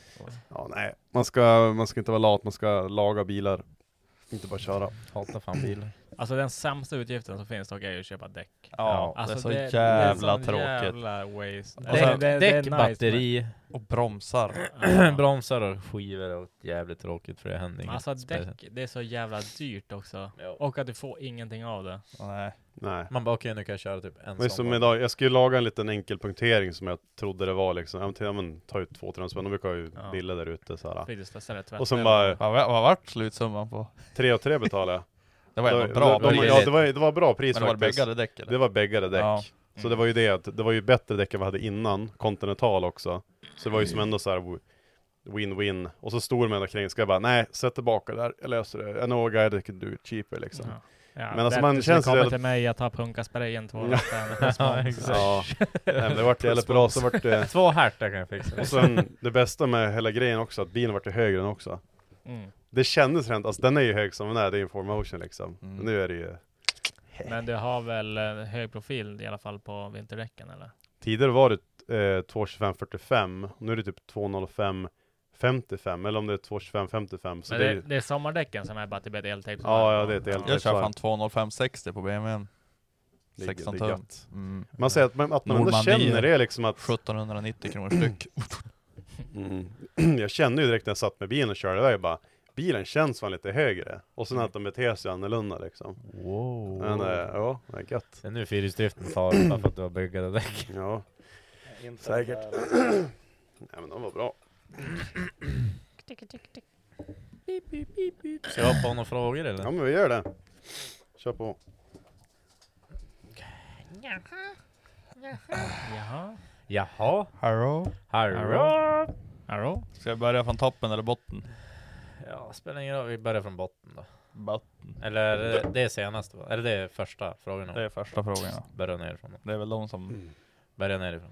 Ja, nej. Man ska, man ska inte vara lat, man ska laga bilar. Inte bara köra. Hatar fan bilar. Alltså den sämsta utgiften som finns dock är ju att köpa däck. Ja, Alltså, det är så det, jävla det är sån tråkigt. jävla waste. Och Alltså, sen- det- det- det är Däck, nice, batteri, Och bromsar. men- bromsar och skivor och jävligt tråkigt för det händer Men inget. alltså speciellt. däck, det är så jävla dyrt också. Ja. Och att du får ingenting av det. Nej. Nej. Man bara okej, nu kan jag köra typ en Men sån. som bara. idag, jag skulle laga en liten enkel punktering som jag trodde det var liksom. Ja, men, ja, men ta ut två, tre spänn, de brukar ju Ja. bilda där ute så här. Fick du testa det tvätt- Och sen bara, Vad vad vart slutsumman på? tre och tre betalade jag. Det var Då- ändå bra. de, de, pris. ja, det var, det var bra pris Men det var faktiskt. bäggade däck eller? Det var bäggade däck. Ja. Så det var ju det, att det var ju bättre däck än vi hade innan, Continental också. Så det var ju som ändå så här w- win-win. Och så stod de ända kring, ska jag bara, nej, sätt tillbaka där, jag löser det. I know a guy that can do it cheaper liksom. Ja. Ja, Men alltså bättre man skulle känns komma väldigt- till mig att ha punkasprayen två Ja. ja, Ja, nej, men det vart jävligt bra, så vart det... Två härtar kan jag fixa. Och sen det bästa med hela grejen också, att bilen vart ju högre än också. mm. Det kändes rent, alltså den är ju hög som den är, det är ju four motion liksom. Mm. Men nu är det ju... Men du har väl en hög profil i alla fall på vinterdäcken eller? Tidigare var det eh, två tjugofem fyrtiofem, nu är det typ två noll fem femtiofem, eller om det är två tjugofem femtiofem. Så Men det det, är, det är sommardäcken som är bara typ ett eltape. Ja, ja, det är ett eltape. Jag kör fan två noll fem sextio på B M W:n. det, sexton det är tum. gött. Mm. Man säger att, man, att man ändå Normandie. känner det liksom att... sjuttonhundranittio kronor styck. Mm. Jag kände ju direkt när jag satt med bilen och körde iväg bara, bilen känns fan lite högre. Och sen att de beter sig annorlunda liksom. Wow. Men äh, ja, det är gött. Det är nu fyrhjulsdriften tar bara för att du har byggade däck. Ja, säkert. Nej men de var bra. Ska jag hoppa på några frågor eller? Ja men vi gör det. Kör på. Jaha. Jaha. Hallå? Hallå. Hallå? Ska jag börja från toppen eller botten? Ja, spelar ingen roll. Vi börjar från botten då. Botten. Eller det, det är senast va? Eller det är första frågan. Det är första frågan. Ja. Börja nerifrån då. Det är väl de som... Börja nerifrån.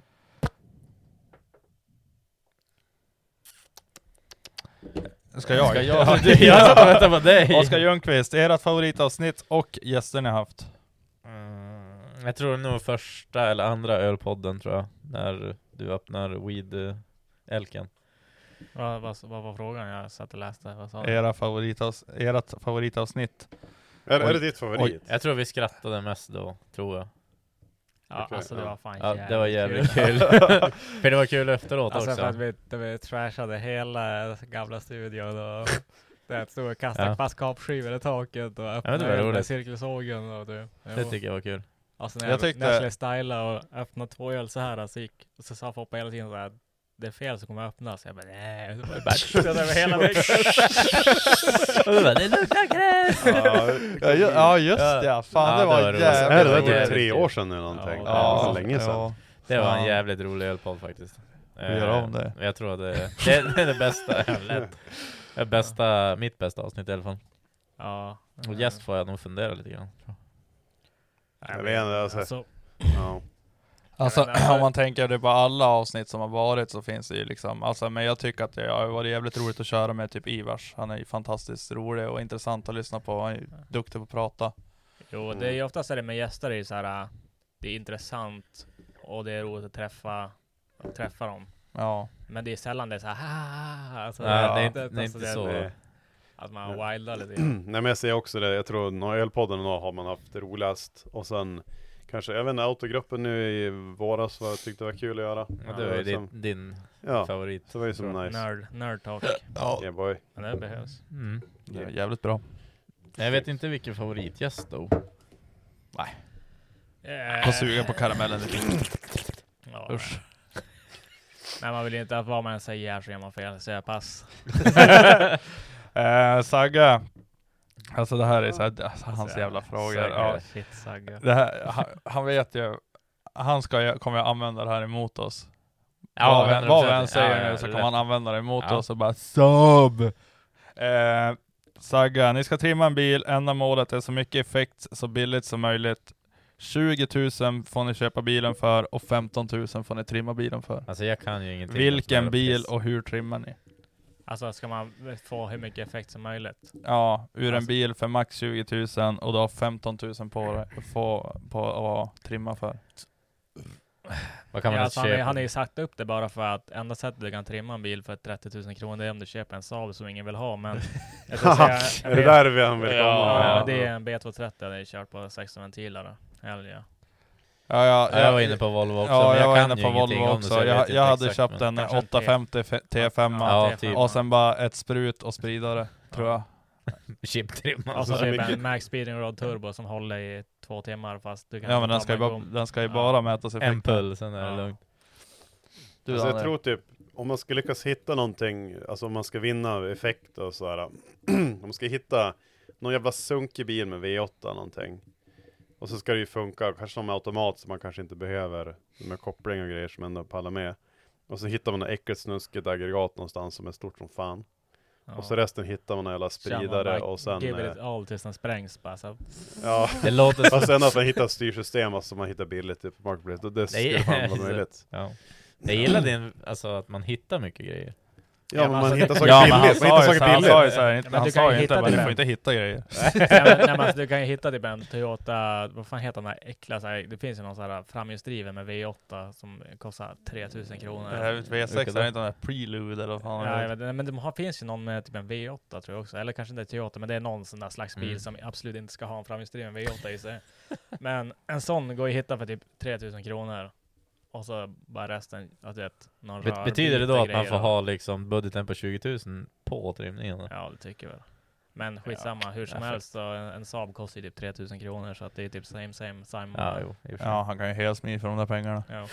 Ska jag? Ska jag? Du, jag satt och väntade på dig. Oskar Ljungqvist, ert favoritavsnitt och gäster ni haft? Mm, jag tror nog första eller andra ölpodden tror jag. När du öppnar weed-elken. Vad, vad, vad var frågan? Jag satt och läste. Vad sa du? Era favoritavs ert favoritavsnitt? Är, är Oj. det ditt favorit? Jag tror vi skrattade mest då, tror jag. Ja, Okej, alltså det ja. var fan Ja, jävligt det var jävligt kul. kul. För det var kul efteråt Alltså också. för att vi, vi trashade hela gamla studion och Det stod och kastade Ja. fast kapskivor i taket och Ja, det öppnade var ja, roligt. cirkelsågen. Och det, Det tycker jag var kul. Alltså när Jag jag, tyckte- när jag skulle styla och öppna två öl så här så gick, så sa Foppa hela tiden så här, det är fel så kommer jag öppna. Så jag bara, nej. Det var bara över hela väggen. Och du bara, det luktar gräs! Ja, ju- ja just det, ja. Fan Ja, det var det var roligt. jävligt Är det där jävligt typ tre kul. år sedan eller någonting? Ja, Ja, så ja, länge sedan. ja. Det var en Fan. jävligt rolig ölpodd faktiskt. Vi gör om det. Eh, Jag tror att det, det, det är det bästa. Lätt. Det är bästa, mitt bästa avsnitt i alla fall. Ja. Och gäst får jag nog fundera lite grann. Jag vet inte, alltså. alltså Ja. Alltså Jag vet inte, om man tänker det på alla avsnitt som har varit så finns det ju liksom, alltså men jag tycker att det har varit jävligt roligt att köra med typ Ivars. Han är ju fantastiskt rolig och intressant att lyssna på. Han är ju duktig på att prata. Jo, det är ju oftast är det med gäster är ju så här, det är intressant och det är roligt att träffa att träffa dem. Ja. Men det är sällan det är så här, alltså, Nej, ja, det är inte- det är inte alltså, så. Nej. att man wildar lite grann. Nej, men jag säger också det. Jag tror några ölpodden har man haft det roligast. Och sen kanske, jag vet inte, autogruppen nu i våras var, jag tyckte det var kul att göra. Ja, det var ju som, din, din ja, favorit. så var det som nice. Nerd, nerd talk. Ja. Yeah, boy. Men det behövs. Mm. Det är jävligt bra. Jag vet inte vilken favoritgäst då. Eh, Var sugen på karamellen lite. ja, Usch. Nej, man vill ju inte att vad man säger här så gör man fel. Så jag pass. eh, Sagga. Alltså det här är så här, alltså, hans Alltså, jävla frågor. Sagga, Ja. Shit, Sagga. Det här, han, han vet ju, han ska ju, kommer jag använda det här emot oss. Ja, vad, vi- hundra vad vi procent. än säger Ja, ja, nu så lätt. kommer han använda det emot Ja. oss och bara sub. Eh, Sagga, ni ska trimma en bil. Enda målet är så mycket effekt så billigt som möjligt. tjugo tusen får ni köpa bilen för och femton tusen får ni trimma bilen för. Alltså jag kan ju ingenting. Vilken bil och och hur trimmar ni? Alltså ska man få hur mycket effekt som möjligt. Ja, ur en Alltså- bil för max tjugo tusen och då har femton tusen på det få på att trimma för. Vad kan man Ja, alltså alltså han, är, köpa? han har ju sagt upp det bara för att enda sättet du kan trimma en bil för trettio tusen kronor det är om du köper en Saab som ingen vill ha. Men jag ska säga, en Är det B- där vi han vill komma? Ja, Ja. det är en B tvåhundratrettio. Det är kört på sexton ventiler. Eller ja. Ja, ja, Ja, jag var inne på Volvo också. Ja, men jag var kan inne ju på ingenting Volvo om det, så också. vet Jag, inte jag hade exakt, köpt men- en Kanske en T- åttahundrafemtio F- T fem Ja, T typ. fem. och sen bara ett sprut och spridare, tror jag. Chiptrim. Och så Alltså, så typ mycket- en Max Speeding Rod Turbo som håller i två timmar fast du kan Ja, inte men den ta ska ju med bara, igång. den ska ju Ja. bara mätas i En pull, sen är det Ja. lugnt. Du, Alltså jag Danne. tror typ, om man ska lyckas hitta någonting, alltså om man ska vinna effekt och sådär, om man ska hitta någon jävla sunkig bil med V åtta någonting, och så ska det ju funka, kanske någon med automat som man kanske inte behöver, med koppling och grejer som ändå pallar med, och så hittar man ett äckligt snuskigt aggregat någonstans som är stort som fan, Ja. och så resten hittar man en jävla Kör man spridare bara och sen give eh, it all tills den sprängs bara så. ja, Det låter och sen att man hittar ett styrsystem alltså man hittar billigt typ på Marketplace, och det skulle fan vara möjligt. Ja. Jag gillar din, alltså att man hittar mycket grejer. Ja, Ja, men men man alltså- hittar saker Ja, men han billigt, man hittar sa ju så saker här, han billigt. sa ju så här, inte- men han du kan sa ju ju inte hitta bara, det du får där. inte hitta grejer. nej, men, nej, men alltså, du kan ju hitta typ en Toyota, vad fan heter den där äckla, så här, det finns ju någon sån här framhjulsdriven med V åtta som kostar tre tusen kronor. Det här är V sex, det är inte den där Prelude eller vad fan Ja, det jag är. vet, men det har, finns ju någon med typ en V åtta tror jag också, eller kanske inte Toyota, men det är någon sån där slags bil Mm. som absolut inte ska ha en framhjulsdriven V åtta i sig. Men en sån går ju att hitta för typ tre tusen kronor. Och så bara resten, att det någon Bet- rör, betyder det då byta att man grejer får och- ha liksom budgeten på tjugo tusen på trimningen? Ja, det tycker jag väl. Men skitsamma, hur som därför- helst så en, en Saab kostar ju typ tre tusen kronor så att det är typ same same same. Ja, jo, i och för sig. Ja, han kan ju helt smida för de där pengarna. Ja.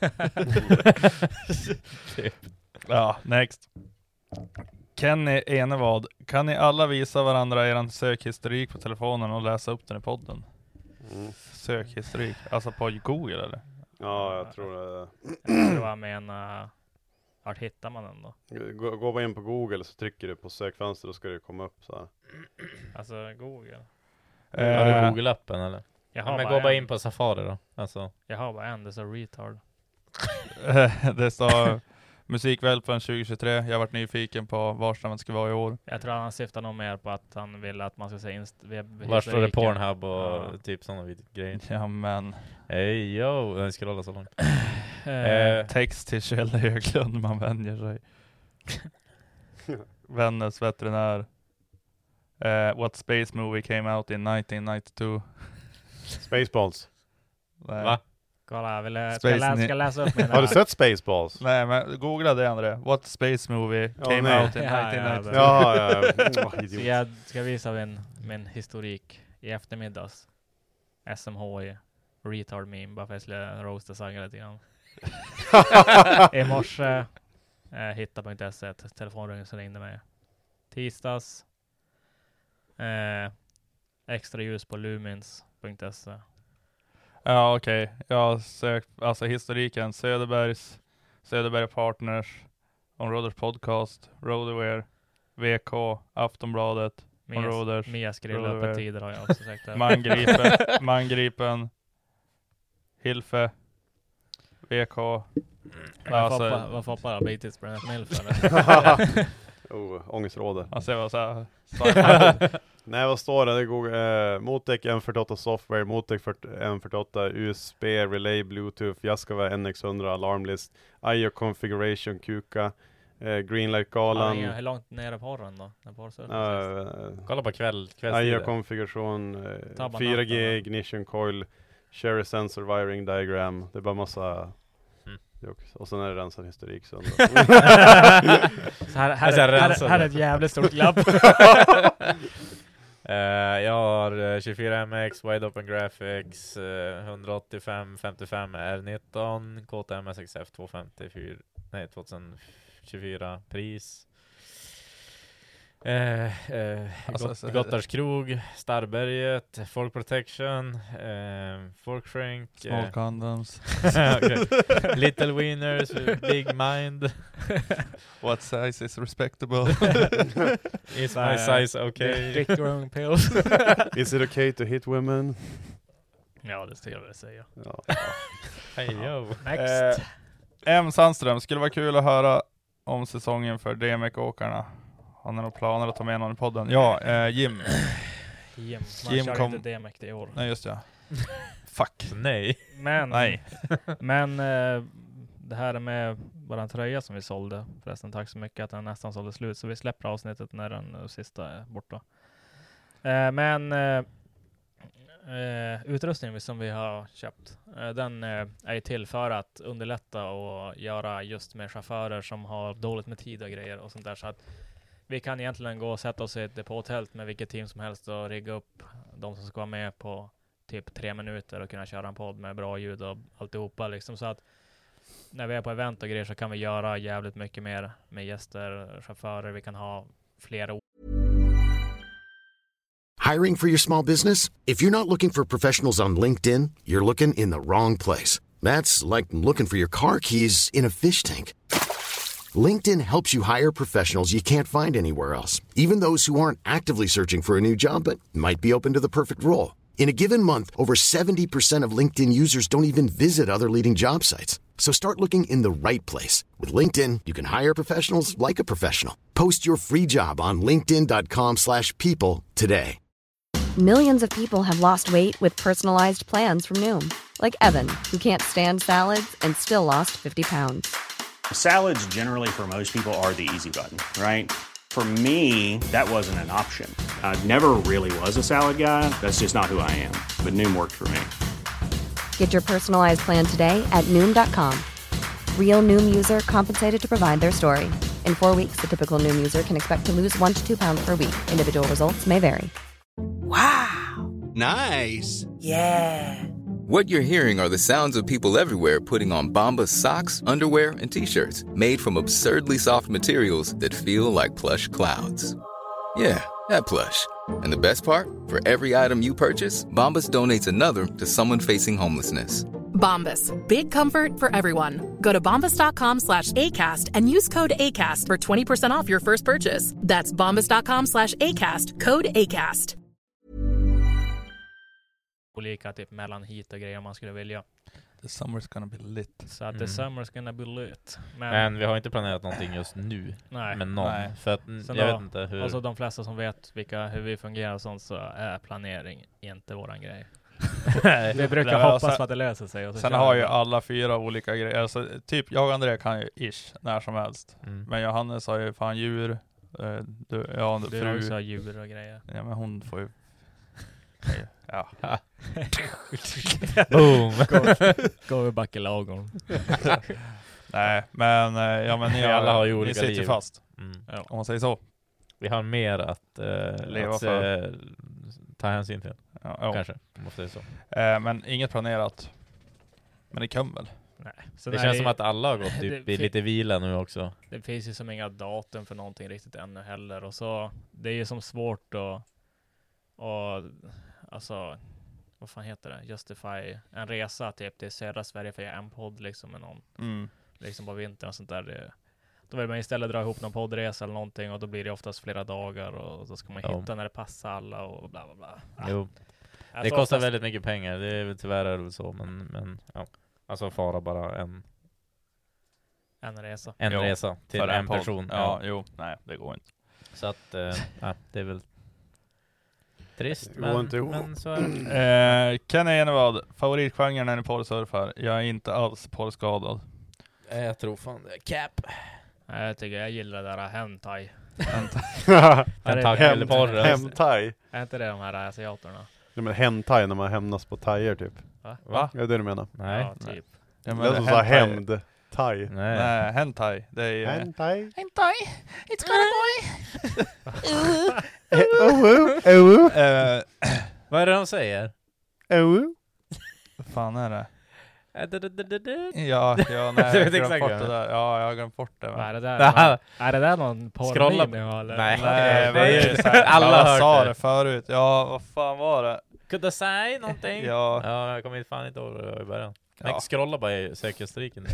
Ja, next. Kenny Enevad, kan ni alla visa varandra er sökhistorik på telefonen och läsa upp den i podden? Mm. Sökhistorik, alltså på Google eller? Ja, jag tror det. Jag tror jag menar, vart hittar man den då? Gå, gå bara in på Google så trycker du på sökfönster och ska det komma upp så här. Alltså Google. Har du Eh, Google-appen eller? Jag har, Ja, men bara gå bara en. in på Safari då. Alltså. Jag har bara en, det står retard. det står Musikhjälpen tjugo tjugotre. Jag har varit nyfiken på var den ska vara i år. Jag tror han syftar nog mer på att han vill att man ska säga inst- webb- Var står det historiken. Pornhub och Ja. typ sådana grejer? Ja, men Hej yo, den scrollar så långt. Eh, Eh, text till Kjell Höglund, man vänjer sig. Vännäs veterinär. Eh, what space movie came out in nineteen ninety-two? Spaceballs. Nej. Va? Kolla, vill jag, ska, Space jag läsa, ni- ska jag läsa upp mina... Har du sett Spaceballs? Nej, men googla det André. What space movie Ja, came nej. out in Ja, ja, nittonhundranittiotvå? Ja, ja, ja. Oh, Så idiot. jag ska visa min, min historik i eftermiddags. S M H i retard meme, bara för att jag skulle roasta Saga lite grann. I morse, eh, hitta punkt se, ett telefonring som ringde mig. Tisdags, eh, extra ljus på lumins punkt se. Ja, okej. Jag har sökt, alltså historiken, Söderbergs, Söderberg Partners, Onroaders Podcast, Roadaware, V K, Aftonbladet, Onroaders, Mias grilla Roadaware, på tider har jag också sagt där. Mangripen, Mangripen, Hilfe, V K. Vad Alltså, Foppa- vad Foppa har bitit på den här milf eller? Oh, ångestråde. alltså jag var såhär, Nej, vad står det? Det går eh, Motec M fyrtioåtta software, Motec M fyrtioåtta U S B, Relay, Bluetooth, Yaskawa N X hundra, Alarmlist, I O configuration, Kuka, eh, Greenlight-galan. Ja, hur långt nere på porren då? När porrsurfen Uh, Kolla på kväll, I O kvällstider. konfiguration, eh, Tabba fyra G, natten, ignition coil, Cherry sensor wiring diagram. Det är bara massa Mm. jokes. Och sen är det rensad historik. Så Så här, här, Alltså, är, här, rensade. här är ett jävligt stort glapp. Eh, jag har eh, tjugofyra M X, Wide Open Graphics, uh, etthundraåttiofem femtiofem R nitton, K T M S X F tvåhundrafemtiofyra, nej tjugohundratjugofyra pris. Eh, eh, Alltså, Got- så- Gottars krog, Starberget, Folk Protection, eh, Folk Shrink, Small eh, condoms. okej. Little Winners, Big Mind. What size is respectable? Is my Nej, size okay? Dick growing pills. is it okay to hit women? Ja, det skulle jag väl säga. Ja. Hey yo. Next. Eh, M Sandström, skulle vara kul att höra om säsongen för D M X-åkarna. Har ni några planer att ta med någon i podden? Ja, eh, Jim. Jim, man Jim kör kom- inte D M X i år. Nej, just det. Fuck. Nej. Men, Nej. men eh, det här med våran tröja som vi sålde. Förresten, tack så mycket att den nästan sålde slut. Så vi släpper avsnittet när den eh, sista är borta. Eh, men eh, eh, utrustningen som vi har köpt, eh, den eh, är till för att underlätta och göra just med chaufförer som har dåligt med tid och grejer och sånt där. Så att vi kan egentligen gå och sätta oss i ett depåtält med vilket team som helst och rigga upp de som ska vara med på typ tre minuter och kunna köra en podd med bra ljud och alltihopa liksom. Så att när vi är på event och grejer så kan vi göra jävligt mycket mer med gäster, chaufförer. Vi kan ha flera. Hiring for your small business? If you're not looking for professionals on LinkedIn, you're looking in the wrong place. That's like looking for your car keys in a fish tank. LinkedIn helps you hire professionals you can't find anywhere else, even those who aren't actively searching for a new job but might be open to the perfect role. In a given month, over seventy percent of LinkedIn users don't even visit other leading job sites. So start looking in the right place. With LinkedIn, you can hire professionals like a professional. Post your free job on linkedin dot com slash people today. Millions of people have lost weight with personalized plans from Noom. Like Evan, who can't stand salads and still lost fifty pounds. Salads generally for most people are the easy button, right? For me, that wasn't an option. I never really was a salad guy. That's just not who I am. But Noom worked for me. Get your personalized plan today at Noom dot com. Real Noom user compensated to provide their story. In four weeks, the typical Noom user can expect to lose one to two pounds per week. Individual results may vary. Wow. Nice. Yeah. What you're hearing are the sounds of people everywhere putting on Bombas socks, underwear, and T-shirts made from absurdly soft materials that feel like plush clouds. Yeah, that plush. And the best part? For every item you purchase, Bombas donates another to someone facing homelessness. Bombas. Big comfort for everyone. Go to bombas dot com slash ACAST and use code ACAST for twenty percent off your first purchase. That's bombas dot com slash ACAST. Code ACAST. Olika typ mellan hit och grejer om man skulle vilja. The summer's gonna be lit. Så att Mm. the summer's gonna be lit. Men, Men vi har inte planerat någonting just nu. Nej. Med någon. Nej. För att mm, Sen jag då, vet inte hur. Alltså de flesta som vet vilka, hur vi fungerar och sånt, så är planering inte våran grej. Vi brukar Nej, hoppas sen- på att det löser sig. Och så Sen kör har vi ju bara. alla fyra olika grejer. Alltså, typ jag och André kan ju ish när som helst. Mm. Men Johannes har ju fan djur. Eh, du, ja, Du fru. också har djur och grejer. Ja, men hon får ju Ja. Boom. Gå över backelagorn. Nej, men, ja, men ni, Vi alla har ju ni olika sitter liv. fast. Mm. Ja. Om man säger så. Vi har mer att, eh, Leva att för. eh, ta hänsyn till. Ja, ja. Kanske, om man säger så. Eh, men inget planerat. Men det kan väl. Nej. Så det känns det, som att alla har gått typ i lite vila nu också. Det finns ju som inga datum för någonting riktigt ännu heller. Och så, det är ju som svårt att, och, alltså, vad fan heter det? Justify en resa typ till södra Sverige för att göra en podd liksom med någon. Mm. Liksom på vintern och sånt där. Det, då vill man istället dra ihop någon poddresa eller någonting och då blir det oftast flera dagar och då ska man Ja. hitta när det passar alla och bla bla bla. Ja. Jo. Det Alltså, kostar oftast, väldigt mycket pengar. Det är väl tyvärr är det väl så, men, men ja. Alltså fara bara en en resa. en Jo, resa till för en, en podd. person. Ja, Ja. jo. Nej, det går inte. Så att, eh, ja, det är väl trist, Det går men, inte ihop. men så är det. Eh, Kenny Enevad, favoritgenren när ni porrsurfar? Jag är inte alls porrskadad. Eh, Jag tror fan det är cap. Nej, jag tycker jag gillar det där hentai. En tack eller porr. Hentai. Är inte det de här asiaterna? Ja, men hentai när man hämnas på thajer typ. Va? Va? Ja, det är det du menar. Nej. Ja, typ. Ja, Det är som sa hämnd. Thai. Nej. Nej, hentai. Det är ju... Hentai. Hentai, it's got a boy. Oh, oh, oh. Eh, Vad är det de säger? Oh. vad fan är det? Eh, du- du- du- du- du. Ja, ja, nej, Du jag har vet glömt exakt bort vad det det där. Ja, jag har glömt bort det. Vad Men. är det där? Aha. Är det där någon Scrolla- porrmeme eller? Nej. Nej, det är ju så här, alla jag har hört sa det. det förut. Ja, vad fan var det? Kunde säga någonting? Ja. Ja, jag kommer inte fan inte ihåg vad det var i början. Ja. Jag scrollar bara i sökhistoриken.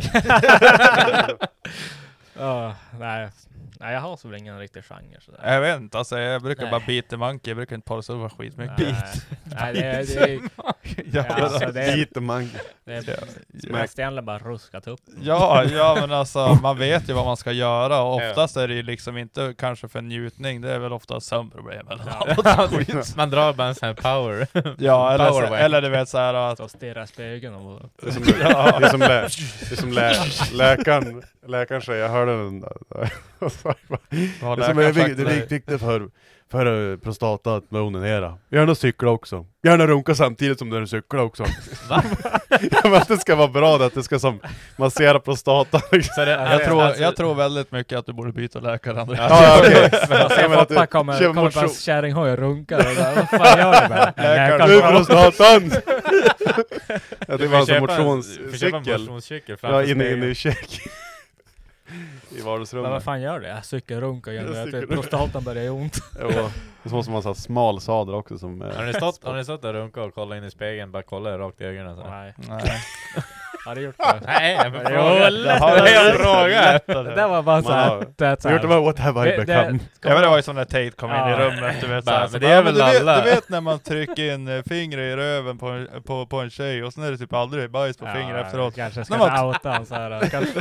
Ja, nej. Nej, jag har så väl ingen riktig genre sådär. Jag vet inte, alltså jag brukar Nej. bara beat the monkey. Jag brukar inte porrsurfa skitmycket. Nej, nej, det är... Det är Ja, ja, alltså, det är, Lite man. det är Ja. mest egentligen bara ruskat upp. Ja, ja, men alltså man vet ju vad man ska göra och oftast är det ju liksom inte kanske för njutning, det är väl ofta sömnproblem eller Ja. något skit. Man drar bara en sån här power. Ja, eller, Power så, wank. eller du vet såhär att... Så stirra i spegeln och... Det är som, det är som, lä, det är som lä, läkaren, läkaren säger, jag hörde den där. Vad Det, som läkaren är, sagt vik- det till är dig. viktigt för, för prostata att man onanerar. Gärna cykla också. Gärna runka samtidigt som du cyklar också. Va? Ja, men att det ska vara bra, att det ska som massera prostatan. Så det, Jag tror, alltså, jag tror väldigt mycket att du borde byta läkare, André. Ja, okej. Alltså, jag pappa kommer, kör kommer på motion. en kärringhoj och runkar och där, vad fan gör du med det? Läkaren. Nu prostatan! Ja, det Du var får alltså köpa en- du får köpa en motionscykel. motionscykel Ja, framför inne, spegeln. inne i käk. I Men vardagsrummet. vad fan gör det? Jag cykelrunkar igen, Jag jag vet, cykelrunkar. prostatan börjar göra ont. Jo, det är så som man sa smal sadel också som... eh, Har ni stått, har ni stått där och runkat och kollat in i spegeln, bara kollat rakt i ögonen så? Nej, Nej. har du gjort det? Nej, jag får Jo, fråga. det har Det är jag. en fråga. Det där var bara Man har- såhär, det är Jag har gjort det bara, what have I Det- det- become? Ja, men det var ju som när Tate kom in Ja. i rummet, du vet Bara, såhär, men så det bara, är ja, väl men du, vet, alla. du vet när man trycker in eh, fingret i röven på, en- på, på en tjej och sen är det typ aldrig bajs på fingret efteråt. Kanske ska När man- outa han såhär. Kanske.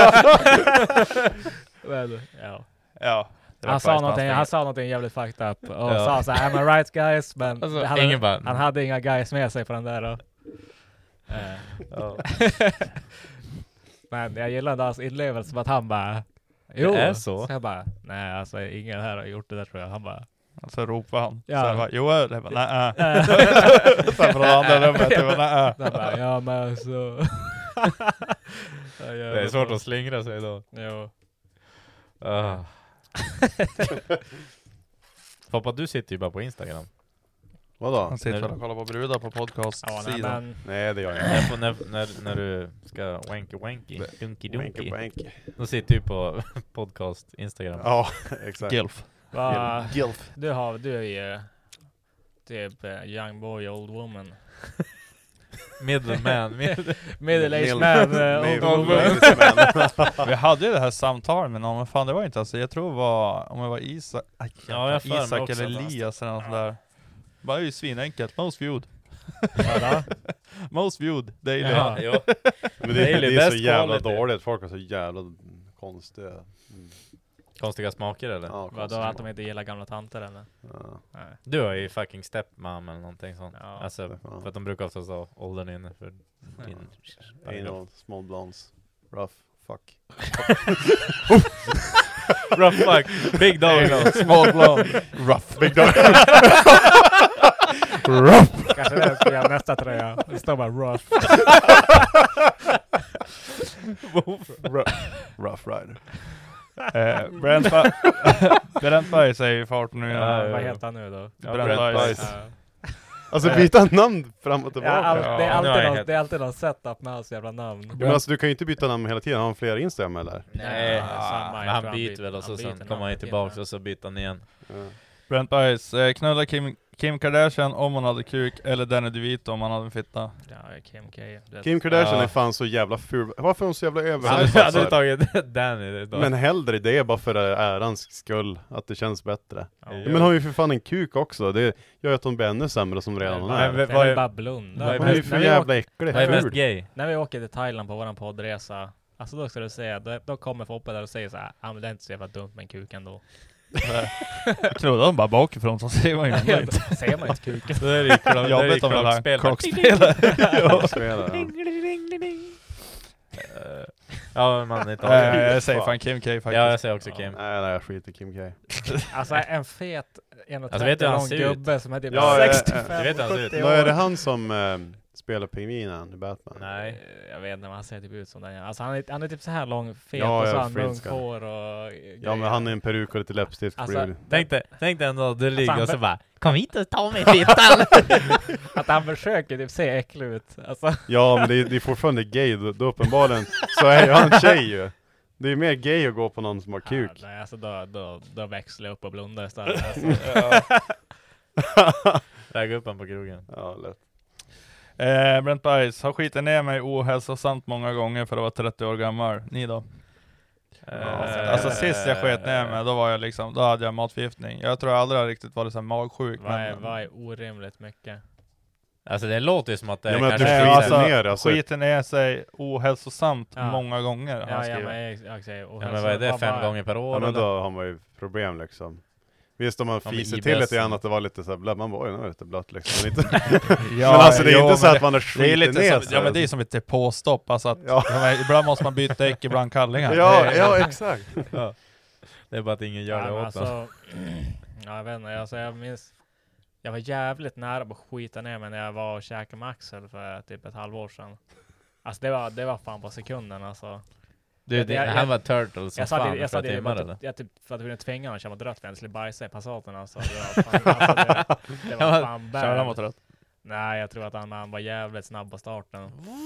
Men, ja. Ja. det var Han sa, bajs på någonting, hans han sa någonting jävligt fucked up och Ja. sa såhär, am I right guys? Men Alltså, det hade, ingen bara- han hade inga guys med sig på den där. Och, eh. Ja. Men jag gillade hans inlevelse som att han bara, jo. Det är så. Så jag bara, nej alltså ingen här har gjort det där tror jag. Han bara, Och så ropade han. Ja. Så jag bara, Joel, jag bara, nej. äh. Sen från andra rummet, jag bara, nej. Så jag bara, ja men så. Det är svårt att slingra sig då. Jo. Ah. Pappa, du sitter ju bara på Instagram. Vadå? Han sitter och kollar på brudar på Ja, nej, podcast-sidan. men, Nej, det gör jag inte. När, får- när, när, när du ska wanky wanky, dunky Wanky, dunky, wanky. då sitter du på podcast Instagram. Ja, exakt. Gilf. va, Gilf. du har, du är ju typ eh, young boy, old woman. Middleman. Mid- Middle-aged man, eh, old woman. Vi hade ju det här samtalet med någon, men fan det var inte alltså, jag tror det var, om det var Isak, aj, Ja, jag har för mig Isak också eller att det var- Elias eller något sånt där. Bara ju svinenkelt, most viewed. Vadå? Most viewed, daily. Ja, jo. Men det, Daily det är så best jävla quality. dåligt. Folk har så jävla konstiga... Mm. Konstiga smaker eller? Ja, Vadå, konstiga att de inte gillar gamla tanter eller? Ja. Nej. Du har ju fucking stepmom eller någonting sånt. Ja. Alltså, Ja. för att de brukar ofta ha åldern inne för din... Anal, small blondes, rough, fuck. Rough fuck, big dog. Small blonde, rough. Big dog. Rough. Kanske det ska jag nästa tröja. Det står bara rough. rough. Rough Rider. Eh, Brent, ba- Brent Bice är i fart nu. Ja, vad heter han nu då? Ja, Brent, Brent Bice. Bice. Alltså byta namn fram och tillbaka. Ja, all, det, är Ja, alltid nu är någon, helt- det är alltid någon setup med hans jävla namn. Men alltså du kan ju inte byta namn hela tiden. Har han fler Instagram eller? Nej, Ja, samma, men jag han tror byter väl och så han sen byter kommer han ju namn tillbaka hela och så byter han igen. Ja. Brent Bice. Eh, knulla Kim, Kim Kardashian om hon hade kuk, eller Danny DeVito om han hade en fitta. Ja, Kim K. Det- Kim Kardashian Ja. är fan så jävla ful. Varför är hon så jävla Jag överhypad? hade tagit Danny idag. Men hellre det är bara för ärans skull, att det känns bättre. Ja. Men hon har ju för fan en kuk också. Det gör ju att hon blir ännu sämre som redan hon Men är. vad Det är är- bara blunda. vad är Hon är ju mest- för när vi jävla äcklig. Vad är mest Ful. gay? När vi åker till Thailand på våran poddresa, alltså då ska du säga, då, då kommer Foppa där och säger så här, ja ah, men det är inte så jävla dumt med en kuk ändå. Knullar de bara bakifrån så ser man ju inte. Ser man inte kuken. Då är det ju klock- då är det ju Jobbigt om man klockspel. klockspelare. Ja, spela, ja. Eh, Ja, men man inte Eh, har Jag säger fan Kim K faktiskt. Ja, jag säger också Kim. Nej, nej, jag skiter i Kim K. Alltså en fet, en Alltså, vet du hur han lång ser ut? gubbe som är typ Ja, eh, sextiofem, du vet hur han ser ut. sjuttio Då är det år. han som eh, spelar pingvinen i Batman. Nej. Eh, Jag vet inte, men han ser typ ut som den. ja. Alltså han är, han är typ så här lång, fet Ja, och så ja, har han Frinska. munkhår och Ja, men han är en peruk och lite läppstift. Alltså, Alltså, Tänk dig, tänk dig ändå, du ligger han- och så bara kom hit och ta mig fittan! att han försöker typ se äcklig ut. Alltså, ja, men det är, det är fortfarande gay. Då, då uppenbarligen så är ju han tjej ju. Det är mer gay att gå på någon som har kuk. Ja, nej, alltså då, då, då växlar jag upp och blundar istället. Alltså. Lägg upp han på krogen. Ja, lätt. Eh, Brent Bice har skitit ner mig ohälsosamt många gånger för att vara trettio år gammal. Ni då? Eh, Alltså sist jag sket ner mig, då var jag liksom, då hade jag matförgiftning. Jag tror jag aldrig har riktigt varit så här magsjuk. Vad är, men- vad är orimligt mycket? Alltså det låter ju som att det Ja, är men att kanske du Nej, skiter alltså, ner, alltså. skiter ner sig ohälsosamt Ja. många gånger har Ja, han ja, skrivit. men jag, jag säger Ja, men vad är det? Fem gånger per år? Ja, men eller? då har man ju problem liksom. Visst om man men fiser I B S till lite grann att det var lite så här blöd, man var ju lite blött liksom. Men, inte, Ja, men alltså det är jo, inte så men att man har det är skitit lite ner som, sig. ja men det är som ett depåstopp, alltså att Ja. ja, men ibland måste man byta däck, ibland kallingar. Ja, Det är- ja exakt. Ja. Det är bara att ingen gör Ja, det men åt alltså, dem. ja, jag vet inte, alltså jag minns, jag var jävligt nära på att skita ner mig när jag var och käkade med Axel för typ ett halvår sedan. Alltså det var, det var fan på sekunden alltså. Du, jag- det, jag- han var turtle som Jag sa fan det, jag för sa det, timmar jag, eller? jag typ, för att jag ville tvinga honom att köra mot rött för jag skulle bajsa i Passaten alltså. Det var fan, alltså, det, det var fan Körde han mot bad. rött? Nej, jag tror att han, han var jävligt snabb på starten.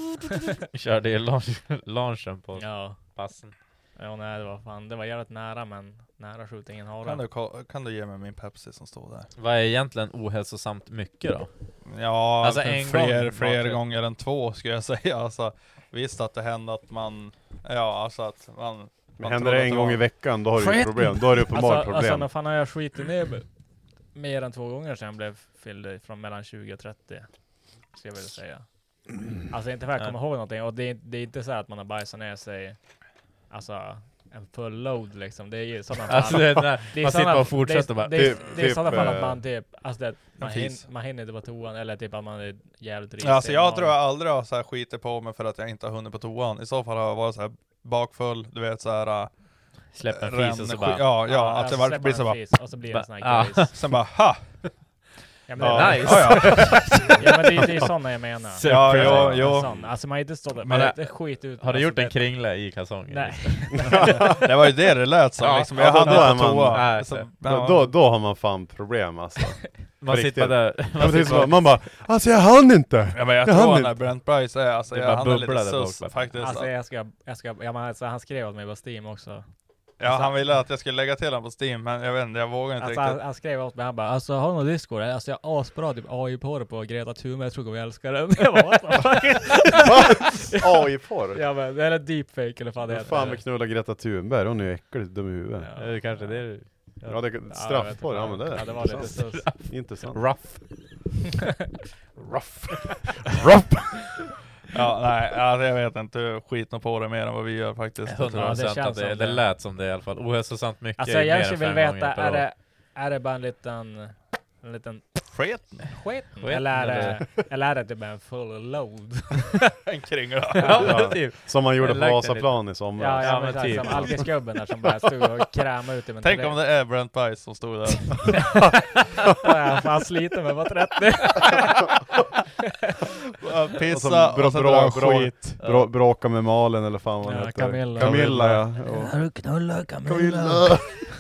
Körde i launch, launchen på Ja. passen. Ja, nej, det var fan, det var jävligt nära, men nära skjuter ingen Kan hare. du, ko- kan du ge mig min Pepsi som står där? Vad är egentligen ohälsosamt mycket då? Ja, Alltså, alltså en fler, gång fler bara- gånger än två skulle jag säga. Alltså, visst att det hände att man, ja alltså att man... Men man händer trodde det att en var- gång i veckan, då har du ju Skit! problem. Då har du uppenbart Alltså, alltså problem. när fan har jag skitit ner mig mer än två gånger sedan jag blev fylld från mellan tjugo och trettio. Ska jag vilja säga. Alltså inte för att jag kommer ihåg någonting. Och det är, det är inte så att man har bajsat ner sig, alltså en full load liksom. Det är ju sådana fall. Alltså, det är där, det är man sitter sådana- bara och fortsätter det är, bara. Det är, Typ- det är sådana typ, fall att eh, man typ, alltså det, man, en hin, fis. man hinner inte på toan, eller typ att man är jävligt risig. Alltså jag Man- tror jag aldrig har så här skitit på mig för att jag inte har hunnit på toan. I så fall har jag varit så här bakfull, du vet så här. äh, Släpp en ren fis och så skit- bara... Ja, ja, att det alltså, var, släpper blir så en bara... fis, och så blir det Ba- en sån här ah. gris. Sen bara, ha! Ja, men, Ja, det, nice. ja, ja. ja, men det, det är sådana jag menar. Ja, jo, Alltså, jo. en sån. Alltså man har inte stått där, Men man det- det skit ut. Har du alltså, gjort en det- kringla i kalsongen? Nej. Det var ju det det lät som Ja, liksom. Jag ja, hann då är inte på man- toa. Nej, Så- så- Då, då, då har man fan problem alltså. Man På sitter riktigt. där... Ja, Man men det är sitter så, man bara, alltså jag hann inte! Ja, men jag Jag hann tror inte. när Brent Price är, alltså Det jag, bara han är lite bubblar där bak sus bara. faktiskt. Alltså jag ska, jag ska, ja, men, alltså, han skrev åt mig på Steam också. Ja, han ville att jag skulle lägga till honom på Steam, men jag vet inte, jag vågar inte Alltså, han, riktigt. han skrev åt mig, han bara, alltså har du någon Discord? Alltså jag har asbra typ A I-porr på Greta Thunberg, jag tror vi älskar den. Jag bara, what the fuck? A I-porr? Ja men, eller deepfake eller fan det Vad heter. fan med knulla Greta Thunberg, hon är ju äckligt dum i huvudet. Ja. Ja, det kanske det är... Ja, det är straffporr, ja men det är Ja, det var lite intressant. sus. Intressant. Rough. Rough. Rough. Ja, nej, alltså, jag vet inte, skit nog på det mer än vad vi gör faktiskt. hundra Ja, det procent känns att det, som det det. lät som det i alla fall. Ohälsosamt mycket. Alltså är jag mer skulle än vill fem veta, gånger per är år. det, är det bara en liten, en liten Sketen. Sketen. Eller är det, eller är det typ en full load? En kringla. Ja, Ja, typ. Som man gjorde Jag på lagt den Vasaplan i somras. Ja, ja, Ja, men men typ. typ. Som alkisgubben där som bara stod och krämade ut i Tänk om det är Brent Bice som stod där. Ja, fan sliter med vad trettio. Pissa och så drar skit. Bra, bråka med Malen eller fan vad Ja, det heter. Camilla. Camilla, ja. Har du knullat Camilla? Camilla.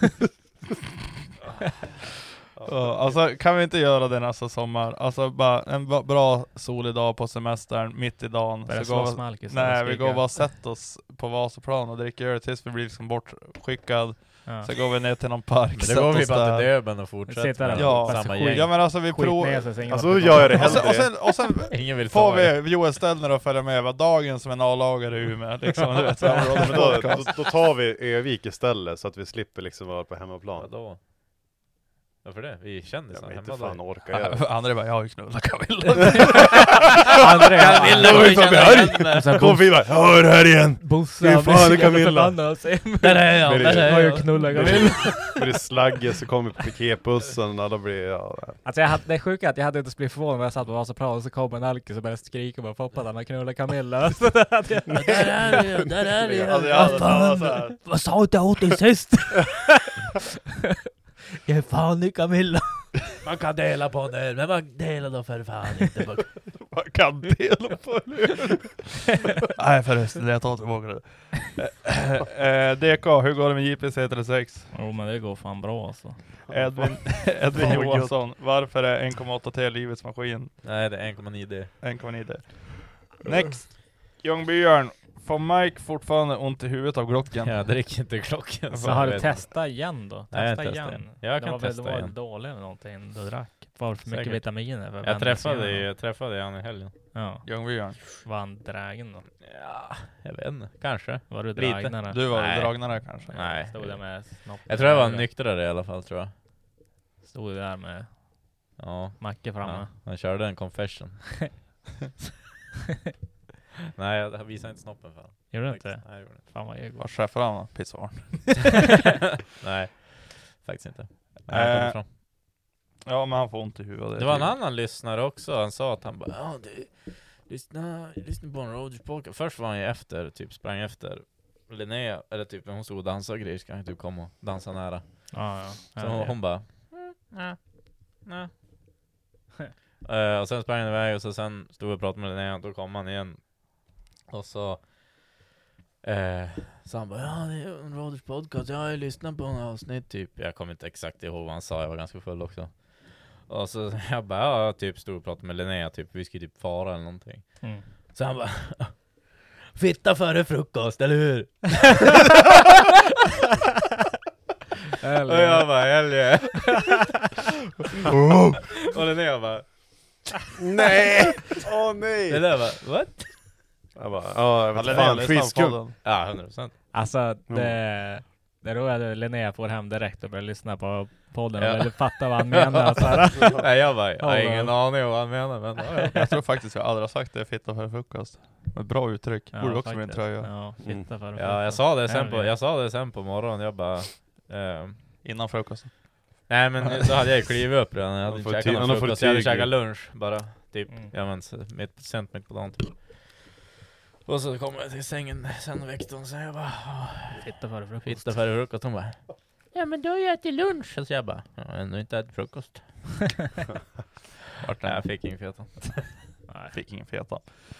Ja, alltså kan vi inte göra det nästa sommar? Alltså bara en b- bra solig dag på semestern, mitt i dagen. Börja Så går slåss vi, med alkis nej, och vi skrika. går bara och sätter oss på Vasaplan och dricker öl tills vi blir liksom bortskickad. Ja. Så går vi ner till någon park. Men det sätter går vi oss bara där. till Döben och fortsätter Sitter där med Ja, samma skit- gäng. Ja men alltså vi Skit provar. ner sig så ingen Alltså orkar gör jag det Och sen, hellre. och sen, och sen Ingen vill får ta det. vi Joel Ställner att följa med. Vad dagen som en A-lagare i Umeå. Liksom, du vet, så här, Men då, då, då tar vi Övik istället så att vi slipper liksom vara på hemmaplan. Vadå? Varför det? Vi känner Jag så vet hemma inte fan då. orkar jag det. André bara, jag har ju knullat Camilla. André, Camilla var ju känner Kom vi bara, hör det här igen! Bosse, Fy fan, det Camilla! Där är jag, där är har ju jag. knullat Camilla. Blir det slagge så kommer piketbussen och alla blir, ja. Alltså jag hade, det är sjukt att jag hade inte blivit förvånad när jag satt på Vasaplan och så kom en alkis och började skrika och bara Foppa att han har knullat Camilla. Så det hade jag... Där är det, där är det. Alltså, jag hade bara så här. Vad sa du åt dig sist? Jag är fan i Camilla. Man kan dela på det, men man delar då för fan inte på... Man kan dela på det. Nej förresten, jag tar tillbaka det. Eh, D K, hur går det med J P C trettiosex? Jo men det går fan bra alltså. Edvin, Edvin Fan, vad Johansson, varför är en komma åtta T livets maskin? Nej, det är en komma nio D. en komma nio D. Next, Ljungbyarn. Får Mike fortfarande ont i huvudet av Glocken? Jag dricker inte klockan. Så har du testat igen då? Nej, jag Testa testar igen. igen. Jag det kan var väl- testa det var igen. dålig eller någonting du drack. Var för mycket Säkert. vitaminer för Jag vänner träffade, senare. jag träffade han i helgen. Ja. Ljungbyarn. Var han drägen då? Ja, jag vet inte. Kanske. Var du Lite. dragnare? Du var Nej. dragnare kanske? Nej. Stod där med snopp. Jag tror jag var nyktrare i alla fall, tror jag. Stod du där med Ja. macke framme. Ja, han körde en confession. Nej, jag visade inte snoppen för honom. Gjorde du inte? Nej, jag gjorde inte. Fan vad jag Var träffade han då? Pissvarn. Nej, faktiskt inte. Eh, Nej, jag kom ifrån. Ja men han får ont i huvudet. Det var en annan lyssnare också. Han sa att han bara, ja du, lyssna, lyssna på en Rodgers-podcast. Först var han ju efter, typ sprang efter Linnea, eller typ när hon stod och dansade och grejer, ska han typ komma och dansa nära. Ja, ja. Så Ja, hon, ja. hon bara, mm, nej, nej. Eh, och sen sprang han iväg och så sen stod vi och pratade med Linnea, då kom han igen. Och så eh, så han bara, ja det är en Rodgers podcast, jag har ju lyssnat på en avsnitt typ. Jag kommer inte exakt ihåg vad han sa, jag var ganska full också. Och så jag bara, ja, jag typ stod och pratade med Linnea, typ vi skulle typ fara eller någonting. Mm. Så han bara, fitta före frukost, eller hur? Och jag bara, helge. Oh. Och Linnea bara, Nej! Åh oh, nej! det där var, what? Jag bara, ja jag vet Linnea fan, lyssnar på fiskkum. podden. Ja, hundra procent. Alltså det, det roliga att Linnea får hem direkt och börjar lyssna på podden och Ja. vill fatta vad han menar. Så här. Nej, jag bara, jag har Ja, ingen ja. aning om vad han menar, men ja, ja. Jag tror faktiskt jag aldrig har sagt det, fitta för frukost. Ett bra uttryck. Ja, Borde också med en faktiskt. tröja. Ja, fitta för Ja, jag sa det sen Ja, på, ja. jag sa det sen på morgonen, jag bara eh, Innan frukosten. nej men så hade jag ju klivit upp redan, jag hade Man inte får käkat ty- någon man får frukost, jag hade tyg. käkat lunch bara, typ, Mm. ja men så, mitt, sent mitt på dagen typ. Och så kom jag till sängen, sen väckte hon sig, jag bara, åh, Fitta för frukost. fitta före frukost, hon bara, ja men då har jag ätit lunch, så jag bara, jag har ändå inte ätit frukost. Vart nej, jag fick ingen feta. Nej, fick ingen feta.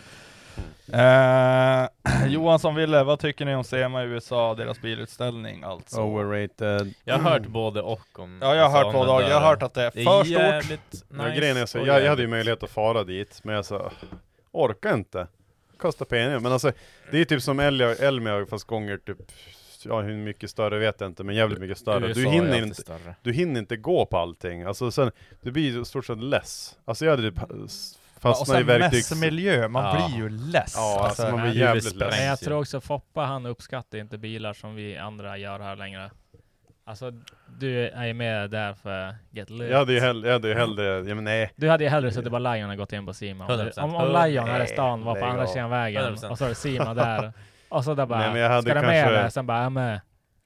Eh, Johansson Ville, vad tycker ni om SEMA i U S A, deras bilutställning alltså? Overrated. Jag har hört både och om. Ja, jag har alltså, hört om både den och. där- Jag har hört att det är det för är stort. jävligt Ja, nice grejen är så, och jag, jag hade ju jävligt- möjlighet att fara dit, men jag sa, orkar inte. Kostar pengar. Men alltså, det är typ som Elmia, Elmia fast gånger typ, ja hur mycket större vet jag inte, men jävligt mycket större. U S A Du är hinner alltid inte, större. du hinner inte gå på allting. Alltså sen, du blir ju stort sett less. Alltså jag hade typ Ja, och fastnat i sen verktygs... mässmiljö, man Ja. blir ju less. Ja, alltså man blir nej, jävligt det är less. Men jag tror också Foppa, han uppskattar inte bilar som vi andra gör här längre. Alltså du är ju med där för Get Lit. Jag hade ju hellre, jag hade ju hellre, ja men nej. Du hade ju hellre suttit på Lion och gått in på Sima. Om, hundra det- procent. om, om Lion här i stan var på lägg andra av. sidan vägen hundra procent. och så är det Sima där. Och så där bara, Nej, men jag hade ska du med kanske- eller? Sen bara, jag med.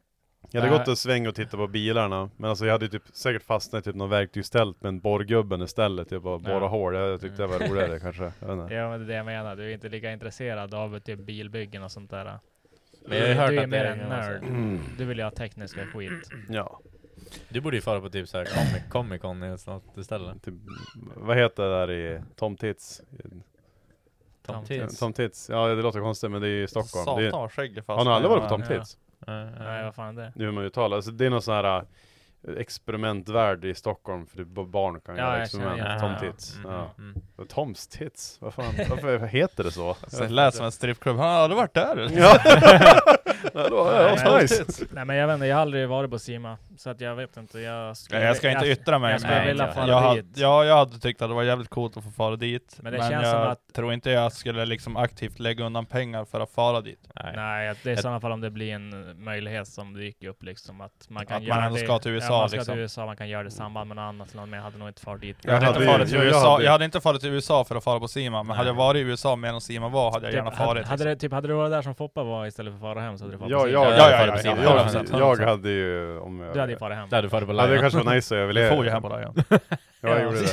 Jag hade gått och sväng och titta på bilarna. Men alltså jag hade typ säkert fastnat i typ någon verktygsstält med en borrgubben istället. Typ bara borra Ja. hål. Jag tyckte det var roligare kanske. Jag vet inte. Ja, men det är det jag menar. Du är inte lika intresserad av typ bilbyggen och sånt där. Men jag har hört du är att mer det en är nörd. Mm. Du vill ju ha tekniska skit. Ja. Du borde ju fara på typ så här Comic, Comic Con i sånt istället. Typ, vad heter det där i Tom Tits? Tom Tits. Tom Tits. Ja, det låter konstigt men det är i Stockholm. Satan det är... vad skägg fast. Har ni aldrig varit på Tom Ja. Tits? Nej, vad fan är det? Det är hur man uttalar. Alltså, det är någon sån här äh, experimentvärld i Stockholm för det barn kan Ja, göra jag känner experiment. igen. Tom Ja. Tits. Mm, Ja. mm. Och Toms Tits. Vad fan, varför heter det så? Så det lät som en strippklubb. Han har aldrig varit där. Ja. Ja, det var, det var Nej, nice. Nej, men jag vet inte, jag har aldrig varit på Sima. Så att jag vet inte, jag ska, Ja, jag ska inte yttra mig. Jag skulle Nej, vilja jag, fara jag dit. hade, ja, jag hade tyckt att det var jävligt coolt att få fara dit. Men det men känns jag som att- tror inte jag skulle liksom aktivt lägga undan pengar för att fara dit. Nej. Nej, att det är i sådana fall om det blir en möjlighet som dyker upp liksom. Att man kan Att man göra ändå det, ska till U S A, ja, man ska liksom. till U S A, man kan göra det i samband med något annat land, men jag hade nog inte farit dit. Jag hade, Jag inte hade- farit till jag U S A. hade- Jag hade inte farit till U S A för att fara på Sima, men Nej. hade jag varit i U S A medan Sima var hade jag Typ, gärna hade, farit. hade, det, typ, hade du varit där som Foppa var istället för att fara hem så hade du farit Ja, på jag, Sima. Ja, jag, ja, jag, ja, jag, ja, jag, hundra procent, jag hade ju om jag, Du hade ju farit hem. Där du farit på ja, det Lion. kanske var nice att Du överleva. får ju hem på Lion. Ja, jag Ja. gjorde det.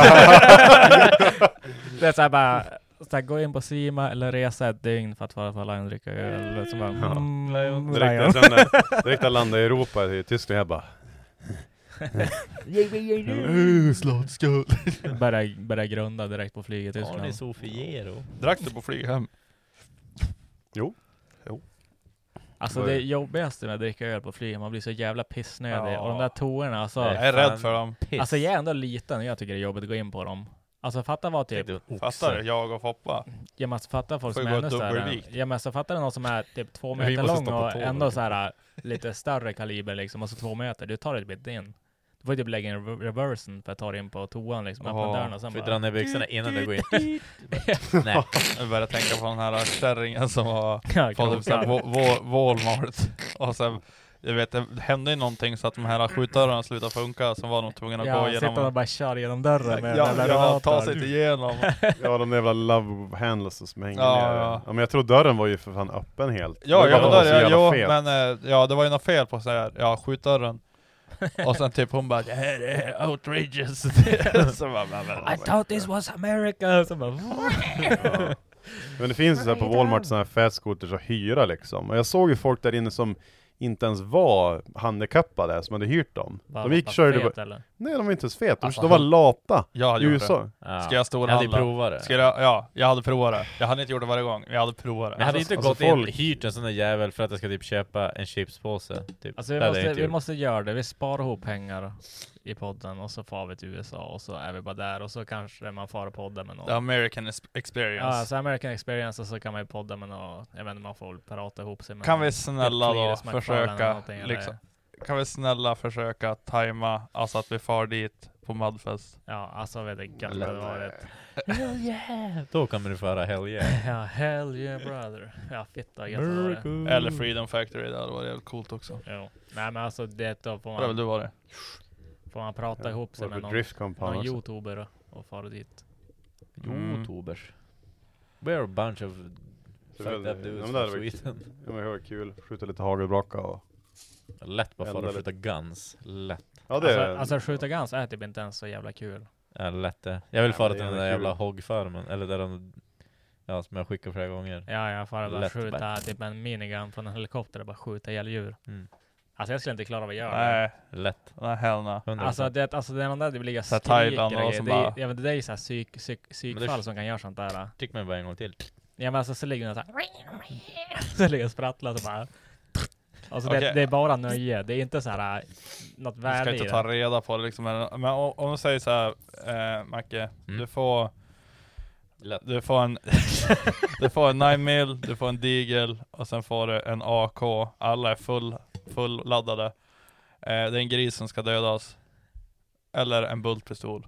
Det är såhär bara, så här, gå in på Sima eller resa ett dygn för att vara på Lion och dricka öl. Så bara, mm, Lion. Direkt, sen när- direkt jag landade i Europa, i Tyskland, jag bara Slottskull. Börja, börja grunda direkt på flyget i Har Tyskland. ni Sofiero? Drack du på flyg hem? Jo. Alltså Vad är det det? jobbigaste med att dricka öl på flyg, man blir så jävla pissnödig. Ja. Och de där toorna, alltså. Nej. Jag är rädd för dem. Piss. Alltså jag är ändå liten och jag tycker det är jobbigt att gå in på dem. Alltså fatta vad typ, Fattar du? Jag och Foppa. jag måste fatta folk Får som ju är gå ännu större. dubbelvikt. Jag måste fatta någon som är typ två Vi meter måste lång stå på och tå, ändå då. så här lite större kaliber liksom, och så två meter. Du tar ett bit in. Du får ju typ lägga in rev- reversen för att ta dig in på toan liksom, öppna Ja. dörren och sen Får vi bara... dra ner byxorna innan du går in? Nej. Jag började tänka på den här kärringen som var Ja, på typ såhär krokar. Wa- Wa- Walmart. Och sen, jag vet, det hände ju någonting så att de här skjutdörrarna slutade funka, så var de tvungna att gå Ja, igenom. sitter och bara kör genom dörren med Ja, den där ja, roboten. ta sig inte igenom. Ja, de där jävla love handles som hänger Ja, ner. ja. Ja, men jag tror dörren var ju för fan öppen helt. Ja, Det ja, var men, bara där, så ja, jävla jo, fet. men eh, ja, det var ju något fel på så här, ja, skjutdörren. Och sen typ hon bara, det här är outrageous. Så bara, men, men, I thought this was America! Så bara... Ja. Men det finns ju så här på Walmart såna här fastcooters att hyra liksom. Och jag såg ju folk där inne som inte ens var handikappade som hade hyrt dem. Var De gick bara körde fet, bara... eller? Nej, de var inte ens fet. De, Alltså, de var han- lata jag i gjorde U S A. det. Ja. Ska jag stå och Jag hade ju handla? provat det. Ska jag, ja, jag hade provat det. Jag hade inte gjort det varje gång, men jag hade provat det. Jag hade Alltså, inte alltså gått folk- in hyrt en sån där jävel för att jag ska typ köpa en chipspåse. Typ. Alltså vi Det hade jag måste, inte vi gjort. måste göra det, vi sparar ihop pengar i podden och så får vi till U S A och så är vi bara där och så kanske man får podda med någon. The American es- experience. Ja, så American Experience och så kan man ju podda med någon, jag vet inte, man får väl prata ihop sig med Kan någon vi snälla Bill då Cletus McFarlane eller försöka, någonting, eller- liksom, kan vi snälla försöka tajma, alltså att vi far dit på Mudfest? Ja, alltså vet jag gött det hade varit. Hell yeah! Då kan du föra hell yeah. Ja, hell yeah brother. Ja, fitta gött det hade varit. Eller Freedom Factory, det hade varit jävligt coolt också. Jo. Nej men alltså det då får Vad har väl man, du varit? får man prata ihop sig Var det med på någon, Drift Compound någon också? youtuber och fara dit. Mm. Youtubers. We're a bunch of Så fucked väl- up dudes ja, men det hade from varit- Sweden. Ja, men det var kul. Skjuta lite hagelbraka och... Lätt bara för Elda att lite. skjuta guns. Lätt. Ja, det är... Alltså, alltså skjuta guns är typ inte ens så jävla kul. Ja, lätt det. Jag vill Ja, fara men till det är den där jävla jävla kul. hoggfarmen. Eller där de... Ja, som jag skickar flera gånger. Ja, jag får bara Lätt skjuta bara. typ en minigun från en helikopter och bara skjuta ihjäl djur. Mm. Alltså jag skulle inte klara av att göra Nej, Lätt. nej hell no. det. Alltså det, alltså det är någon där det blir Så här skriker Thailand och grejer. som Det, är- bara- ja, men det är ju såhär psyk, psyk, Men psykfall det- som kan göra sånt där. Tycker man bara en gång till. Ja men alltså så ligger den såhär så ligger och sprattlar så bara. Alltså det, Okej. det är bara nöje. Det är inte såhär något Du ska värde i inte det. ta reda på det liksom. Men men om om du säger så här, eh, Macke, Mm. du får Lätt. du får en du får en nine mil, du får en digel och sen får du en A K. Alla är full full-laddade. Eh, det är en gris som ska dödas. Eller en bultpistol.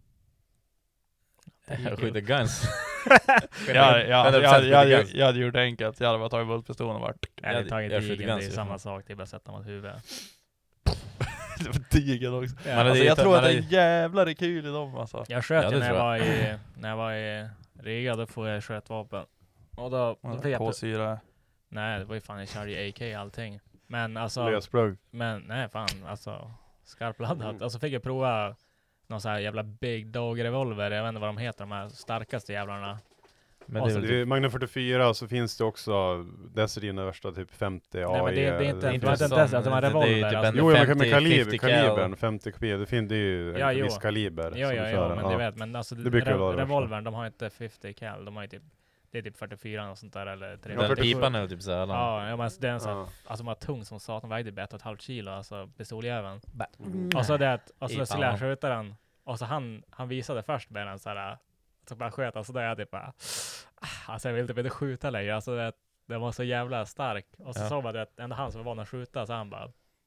Jag skjuter guns. Ja, ja, jag, hundra procent jag, jag, skjuter hade- guns. jag hade gjort det enkelt. Jag hade bara tagit bultpistolen och varit Jag hade Jag- tagit jag skjuter digeln, det är ganska samma så. sak. Det är bara att sätta mot huvudet. det var digel också. Ja. Man hade Alltså, ju jag ta- tror man att det hade är ju- jävla rekyl i dem alltså. Jag sköt Ja, ju det när jag tror var i när jag var i Riga, då får jag skötvapen. Och då, då fick jag K-syra. Nej, det var ju fan, jag körde ju A K och allting. Men alltså... Lösplugg. Men nej fan, alltså skarpladdat. Mm. Alltså fick jag prova någon så här jävla Big Dog revolver. Jag vet inte vad de heter, de här starkaste jävlarna. Men det är typ Magnum fyrtiofyra, och så finns det också dessrivna värsta typ femtio A I. Nej, men det, det är inte, det är inte sån, ens att de har revolver. Typ alltså. Jo, men med kalib, kalibern, femtio K, det finns det ju ja, en jo. viss kaliber. Ja, ja, ja, men ja. det vet, men alltså det re- revolvern, de har inte femtio cal, de har ju typ, det är typ fyrtiofyra och sånt där, eller tre. Den pipan är typ såhär. Ja, ja, men det är en sån, ja. Alltså man är tung som satan, vägde typ ett och ett halvt kilo, alltså pistoljäveln. Mm. Och så det, och så skulle jag skjuta den, och så han, han visade först med den såhär, så bara sköt han, så där jag typ bara, alltså jag vill typ inte skjuta längre, alltså det, det var så jävla stark. Och så ja. såg man att ändå han som var van att skjuta, så han bara,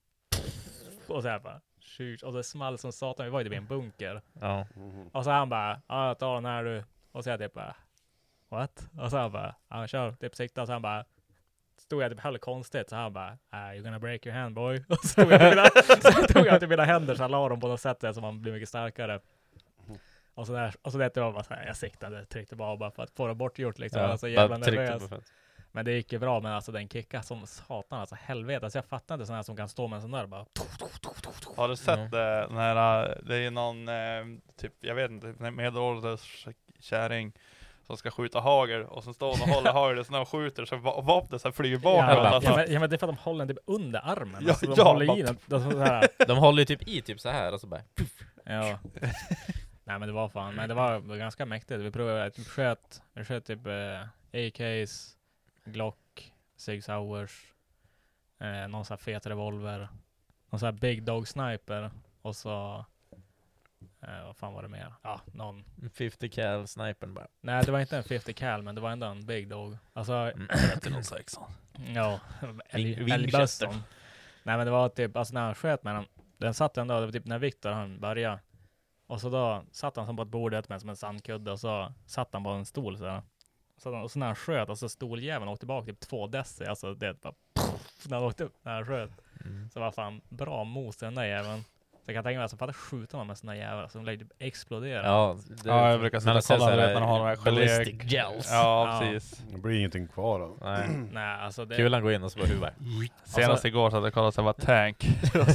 och så här bara, skjut, och det small som satan, vi var ju typ i en bunker. Ja. Mm-hmm. Och så han bara, ja jag tar den här du, och så jag typ bara, what? Och så han bara, ja kör, typ sikta, och så han bara, stod jag typ höll konstigt, så han bara, ah, you're gonna break your hand boy. Och så tog jag till mina, så tog jag till mina händer, så han la dem på något sätt så man blir mycket starkare. Och så där, och så det var bara så här, jag siktade, tryckte bara bara för att få det bortgjort liksom. Ja, alltså jävla nervös. Men det gick ju bra, men alltså den kickade som satan, alltså helvete. Alltså jag fattar inte sådana här som kan stå med en sån där bara. Har du sett mm. det, den här, det är någon eh, typ, jag vet inte, medelålders kärring som ska skjuta hagel, och så står hon och håller hagel, så när hon skjuter så va- vapnet så här flyger bakåt. Ja, alltså. ja, men, ja men det är för att de håller den typ under armen. Ja, alltså, de ja, håller i den. De, så här. de håller ju typ i typ så här och så bara. Ja. Nej men det var fan, men det var, var ganska mäktigt. Vi provade, typ sköt, vi sköt typ eh, A Ks, Glock, Sig Sauers, eh, någon sån här fet revolver, någon sån här Big Dog Sniper, och så eh, vad fan var det mer? Ja, någon femtio cal snipern bara. Nej, det var inte en femtio cal, men det var ändå en Big Dog. Alltså mm, till någon sexton. Ja, älgbössan. Nej men det var typ, alltså när han sköt med den, den satt ändå, det var typ när Victor han började. Och så då satt han som på ett bordet med som en sandkudde, och så satt han på en stol så här. Så, och så när han sköt, alltså stoljäveln åkte tillbaka typ två deci, alltså det bara pff, när han åkte upp när han sköt. Mm. Så var fan bra mos den där jäveln. Så jag kan tänka mig att alltså, för att skjuta någon med såna jävlar som lägger typ explodera. Ja, det, ja, jag brukar säga kolla när de har de här ballistic gels. Ja, ja, precis. Det blir ingenting kvar då. Nej. Nej, alltså det... Kulan går in och så bara huvudet. Senast alltså, igår så hade jag kollat att det var tank.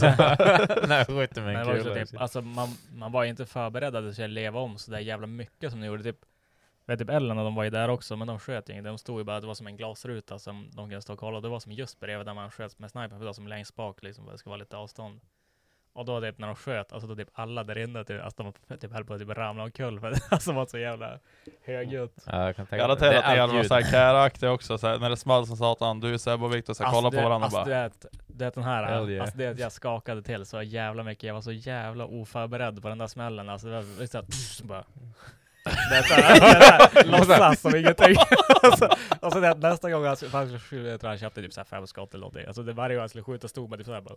Nej, skjuter med en kula. kula. Typ, alltså man, man var inte förberedd att det skulle leva om så där jävla mycket som ni gjorde. Typ, vet typ Ellen och de var ju där också, men de sköt inget. De stod ju bara, det var som en glasruta som de kunde stå och kolla. Det var som just bredvid där man sköt med sniper, för det var som längst bak liksom, det ska vara lite avstånd. Och då typ när de sköt, alltså då typ alla där inne typ, alltså de typ höll på att typ ramla omkull för det alltså var så jävla högljutt. Ja, jag kan tänka mig. Jag har att det är så här käraktig också, så här, när det small som satan, du Seb och Victor så här, alltså kolla på varandra alltså bara. Det, det är den här, yeah. alltså det är att jag skakade till så jävla mycket, jag var så jävla oförberedd på den där smällen, alltså det var liksom pff, bara det är såhär, låtsas som ingenting. alltså, alltså det nästa gång, alltså, faktiskt, jag tror jag köpte typ såhär fem skott eller någonting, alltså det varje gång jag skulle skjuta stod man typ såhär bara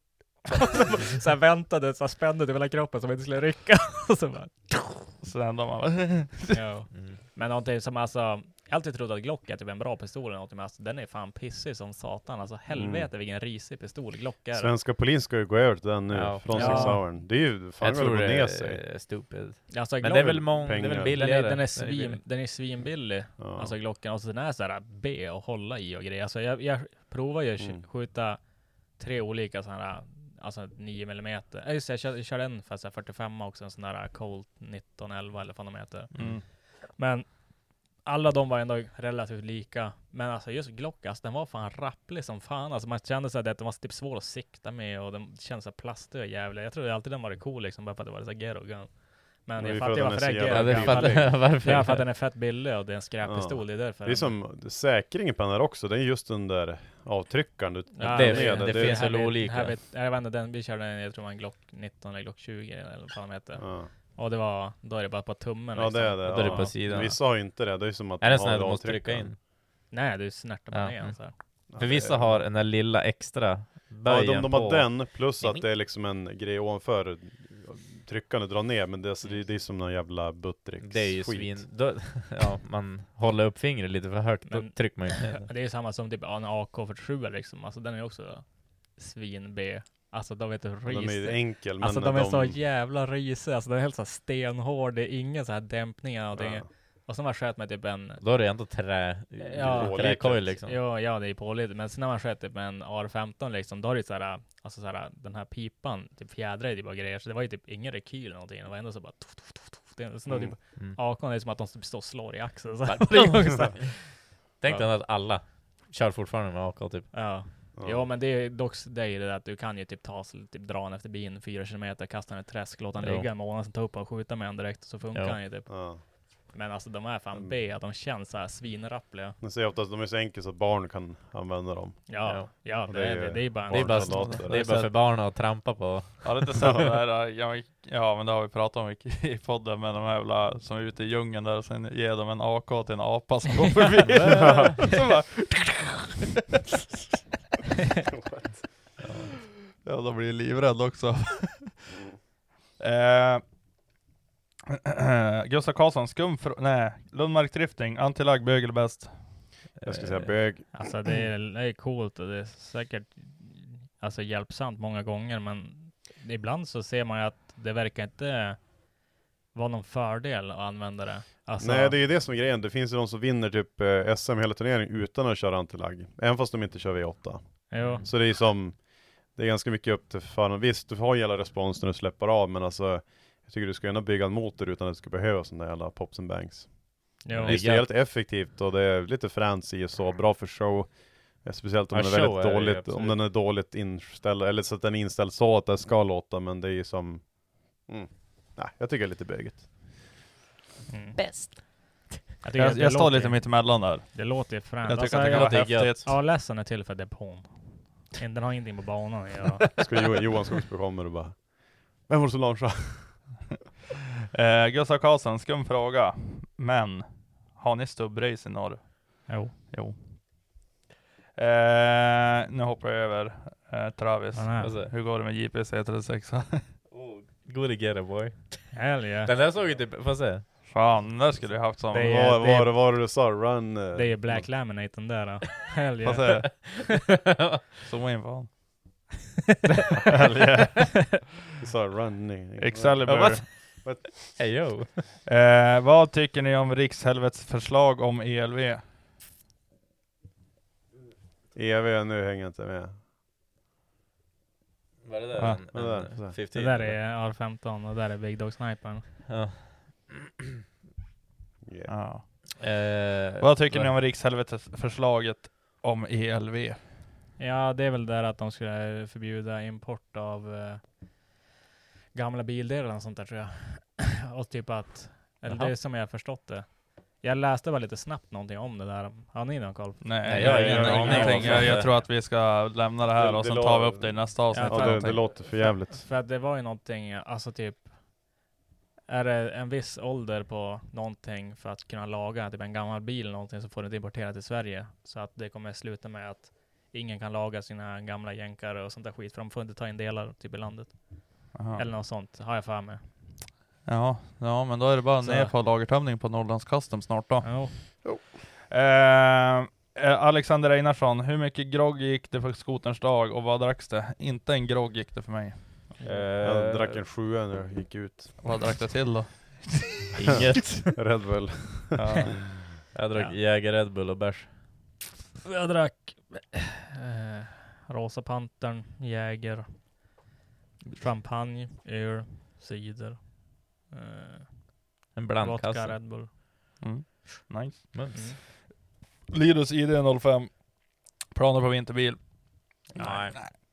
så här väntade, så här spände det hela kroppen som inte skulle rycka. Och så bara så ändå man ja. Mm. Men någonting som alltså, jag har alltid trott att Glock är typ en bra pistol eller något, men alltså, den är fan pissig som satan. Alltså helvete mm. vilken risig pistol Glock är. Svenska polisen ska ju gå över till den nu, ja, från ja. Sauern. Det är ju fan väl gå ner sig. Stupid. Alltså, men det är väl många, det är väl billigare. Den är, den är, svin, den är svinbillig. Ja. Alltså Glocken, och så den är så här B och hålla i och grejer. Alltså jag, jag provar ju mm. skjuta tre olika sådana här, alltså nio millimeter. Jag, just, jag, körde, jag körde en för så här fyrtiofem också, en sån där Colt nitton elva eller vad de heter. Mm. Men alla de var ändå relativt lika. Men alltså just Glock, alltså, den var fan rapplig som fan. Alltså man kände sig att den var typ svår att sikta med, och den kändes så plastig och jävla. Jag trodde alltid den var cool liksom, bara för att det var så ghetto gun. Men jag fattar varför det är ghetto. Ja, det fattar varför. Ja, för att den är fett billig och det är en skräppistol, ja. Det är därför. Det är som säkringen på den här också, det är just den där avtryckaren. Du, ja, det, det, det, det finns väl olika. Här vet, jag vet inte, den, vi körde en, jag tror det var en Glock nitton eller Glock tjugo eller vad fan de heter. Ja. Och det var, då är det bara på tummen. Ja, liksom. det är det. Då är det ja. på sidan. Vissa har inte det, det är som att är det sån här du måste trycka in? Nej, du snärtar på ja. ner så här. För vissa har den där lilla extra böjen ja, de, de har på. den, plus att det är liksom en grej ovanför tryckande drar ner, men det, alltså, det, det är som någon jävla buttricks. Det är ju skit. svin. Då, ja, man håller upp fingret lite för högt, men, då trycker man ju ner. Det är samma som typ en A K fyrtiosju liksom. Alltså den är också svin B. Alltså de vet hur ris. De är enkel, men alltså de är de... så jävla risiga. Alltså den är helt så stenhård. Det är ingen så här dämpning eller någonting. Ja. Och sen var sköt med typ en... Då är det ändå trä... Ja, träkoj liksom. Ja, ja, det är pålitligt. Men sen när man sköt typ med en A R femton liksom, då är det såhär, alltså såhär, den här pipan typ fjädrar typ och grejer. Så det var ju typ ingen rekyl eller någonting. Det var ändå så bara... Tuff, tuff, tuff, tuff. Det, sen då Mm. typ Mm. A K är som att de står och slår i axeln. Så här. Tänk dig att alla kör fortfarande med A K typ. Ja. Ja. Jo, men det är dock det, är det att du kan ju typ ta typ dra en efter bin fyra kilometer, kasta den i ett träsk, låta den Jo. ligga en månad, sen ta upp och skjuta med den direkt, så funkar Jo. den ju typ. Ja. Men alltså de är fan B, att de känns så här svinrappliga. Man säger ofta att de är så enkla så att barn kan använda dem. Ja, ja, Och det, är, det, det är bara en Det är bara, soldater. det är bara för barn att trampa på. Ja, det är inte så där, ja, ja, men det har vi pratat om i, i podden med de här jävla som är ute i djungeln där och sen ger dem en A K till en apa som går förbi. Så bara... Ja, då blir jag livrädd också. eh, Gustav Karlsson, skum för, nej, Lundmark drifting, antilag, bög eller bäst? Jag ska säga bög. Alltså det är, det är coolt och det är säkert alltså hjälpsamt många gånger, men ibland så ser man ju att det verkar inte vara någon fördel att använda det. Alltså, Nej, det är det som är grejen. Det finns ju de som vinner typ eh, S M hela turneringen utan att köra antilag. Även fast de inte kör V åtta. Jo. Så det är som, det är ganska mycket upp till föraren. Visst, du har hela respons när du släpper av, men alltså jag tycker du ska gärna bygga en motor utan att det ska behöva sådana där jävla pops and bangs. Jo. Visst, det är helt effektivt och det är lite fancy och så, bra för show. Speciellt om Ja, den är show väldigt är det, dåligt, absolut. om den är dåligt inställd, eller så att den är inställd så att det ska låta, men det är ju som, mm. Nej, jag tycker det är lite bögigt. Mm. Bäst. Jag, Jag, jag står lite mitt emellan där. Det låter ju fränt. Jag tycker alltså, att det kan jag, vara häftigt. Ja, ledsen är till för depån. Den har ingenting på banan att göra. Ska Jo- Johan Skogsberg kommer och bara, vem var det som launchade? eh, Gustav Karlsson, skum fråga. Men, har ni stubbrace i norr? Jo. Jo. Eh, nu hoppar jag över eh, Travis. Alltså. Hur går det med J P C trettiosex? Oh, good to get it, boy. Hell yeah. Den där såg ju typ, får se. Fan, den där skulle jag haft som... Det är- Vad det är- var det var det du sa? Run? eh, Det är Black Laminate den där. Då. Hell Vad yeah. säger Zooma in på honom. Hell yeah. Du sa running. Excalibur. Ja, what? What? Hey yo. Eh, vad tycker ni om Rikshelvets förslag om E L V? E V, nu hänger jag inte med. Vad är det där? Ja. En, Vad är en det där? femton? Det där är A R femton och där är Big Dog Snipern. Ja. Yeah. Ja. Eh, Vad tycker ni om Rikshelvets förslaget om E L V? Ja, det är väl där att de skulle förbjuda import av eh, gamla bildelar och sånt där, tror jag. Och typ att, eller Jaha. det är som jag har förstått det. Jag läste bara lite snabbt någonting om det där. Har ni någon koll? Nej, Nej, jag, jag har jag, ingen aning jag, om jag, vad jag det- tror att vi ska lämna det här Det- och det sen lå- tar vi upp det i nästa avsnitt. Ja, Ja, det, det någonting. låter för jävligt. För att det var ju någonting, alltså typ, är det en viss ålder på någonting för att kunna laga typ en gammal bil eller någonting, så får det inte importera till Sverige. Så att det kommer sluta med att ingen kan laga sina gamla jänkar och sånt där skit, för de får inte ta in delar typ i landet. Aha. Eller något sånt, har jag för mig. Ja, ja, men då är det bara Så- ner på lagertömning på Norrlands Custom snart då. Jo. Eh, eh, Alexander Einarsson, hur mycket grogg gick det för skoterns dag och vad dracks det? Inte en grogg gick det för mig. Jag drack en sjua när jag gick ut. Vad drack det till då? Inget. Red Bull. Ja. Jag drack Ja. Jäger, Red Bull och bärs. Jag drack eh, Rosa Pantern, Jäger, champagne, öl, cider, eh, En vodka, blandkassa. Red Bull. Mm. Nice. Mm. Lidus I D noll fem. Planer på vinterbil. Nej.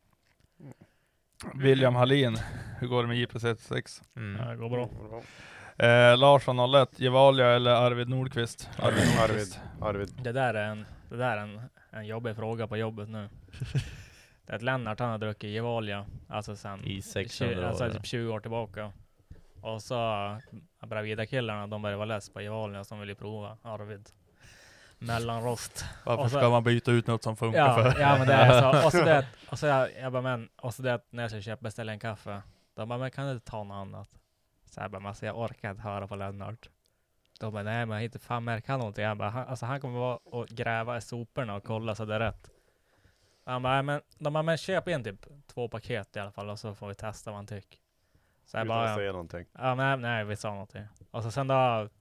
William Hallin, hur går det med J P C sex? Mm. Ja, det går bra. Eh, Larsson noll ett, Gevalia eller Arvid Nordqvist? Arvid. Arvid. Nordqvist. Arvid. Det där är en, det där är en, en jobbig fråga på jobbet nu. Det är att Lennart, han har druckit Gevalia, alltså sen I sexhundra tjugo, alltså år. typ tjugo år tillbaka. Och så Bravida-killarna, de börjar vara less på Gevalia, som vill ju prova Arvid. Mellanrost. Varför Och så- ska man byta ut något som funkar Ja, för? ja, men det är så. Och så det, och så jag, jag bara, men, och så det att när jag ska köpa, beställa en kaffe, de bara, men kan du inte ta något annat? Så jag bara, men alltså, jag orkar inte höra på Lennart. De bara, nej, men inte fan märker han någonting. Jag bara, han, alltså han kommer vara och gräva i soporna och kolla så det är rätt. Han bara, men, de bara, men köp in typ två paket i alla fall och så får vi testa vad han tycker. Så jag Utan bara, att säga någonting. ja, nej, nej, vi sa någonting. Och så sen då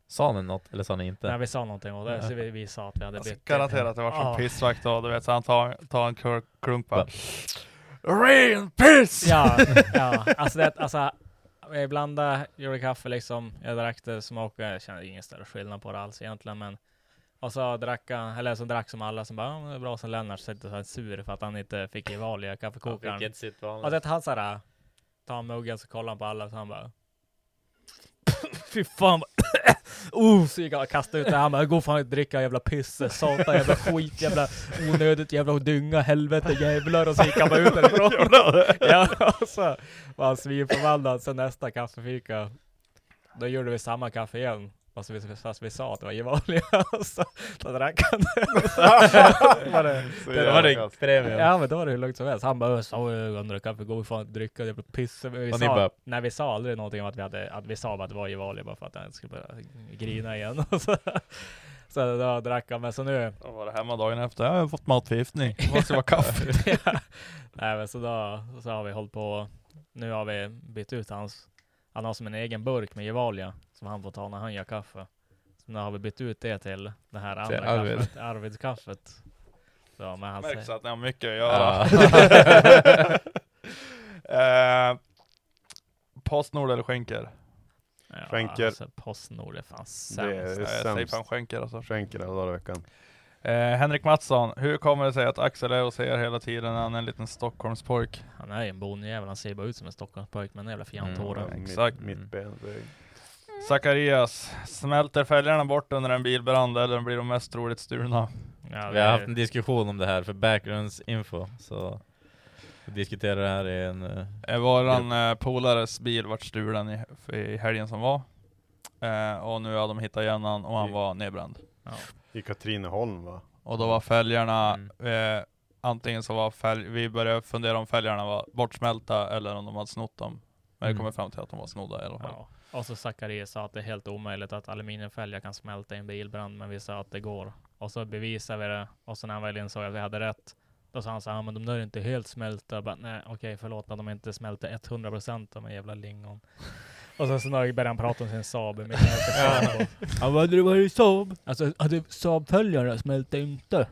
Sa ni något eller sa ni inte? Nej, vi sa någonting och det, så vi, vi sa att vi hade alltså, bytt. Garanterat att det var som Ja. pissvakt då, du vet, så han tar, tar en kr- klunk bara. Ren piss! Ja, ja. Alltså, det, alltså jag blandade, gjorde kaffe liksom, jag drack det, smakade, jag kände ingen större skillnad på det alls egentligen, men och så drack han, eller så drack som alla som bara, ja, det är bra som Lennart, så inte så sur för att han inte fick i vanliga kaffekokaren. Han fick ett sitt vanligt. Och det han såhär, tar muggen så kollar han på alla så han bara fy fan oh, så gick han och kastade ut det. Han bara, gå fan och dricka jävla piss, satan jävla skit, jävla onödigt jävla dynga, helvete jävlar, och så gick han bara ut därifrån. Ja, och så var han svinförbannad. Sen nästa kaffefika, då gjorde vi samma kaffe igen. Fast vi, fast vi sa att det var gevanliga. Så då drack han det. var det, det, det var det premium. Ja, men då var det hur lugnt som helst. Han bara, sa jag andra kaffe, gå fan och dricka, jävla piss. Vi och sa, bara... Nej, vi sa aldrig någonting om att vi hade, att vi sa att det var gevanliga, bara för att han skulle börja grina igen. så, så då drack han, men så nu... Då var det hemma dagen efter, jag har fått matförgiftning. Det måste vara kaffe. ja. Nej, men så då så har vi hållit på, nu har vi bytt ut hans, han har som en egen burk med Gevalia som han får ta när han gör kaffe. Så nu har vi bytt ut det till det här andra Arvid. kaffet, Arvidskaffet. Så, men han Märks säger... att ni har mycket att göra. Ja. eh, Postnord eller skänker? Ja, Skänker. Alltså, Postnord är fan sämst. Det är Jag säger sämst. fan skänker alltså. Skänker alla dagar i veckan. Eh, Henrik Mattsson, hur kommer det sig att Axel är och ser hela tiden när han är en liten Stockholmspojk? Han är en bonjävel, han ser bara ut som en Stockholmspojk, men en jävla fjantåre. Mm, Exakt. Mitt, mitt ben. Zacharias, smälter fälgarna bort under en bilbrand eller blir de mest troligt stulna? Ja, Vi har haft en diskussion om det här för backgroundsinfo, så vi diskuterar det här i en... Uh, eh, Våran eh, polares bil vart stulen i, i helgen som var. Eh, och nu har de hittat igen han och han var nedbränd. Ja. I Katrineholm va? Och då var fälgarna Mm. eh, antingen så var fälg, vi började fundera om fälgarna var bortsmälta eller om de hade snott dem. Men Mm. det kommer fram till att de var snodda i alla fall. Ja. Och så Zacharias sa att det är helt omöjligt att aluminiumfälgar kan smälta i en bilbrand, men vi sa att det går. Och så bevisade vi det, och så när han väl insåg att vi hade rätt, då sa han så här, men de där är inte helt smälta. Bara, nej, okej, förlåt att de inte smälter hundra procent av de jävla lingon. Och så, så började han prata om sin Saab. Ja, ja, vad hade det varit Saab? Alltså, hade Saab-fälgarna smälter inte.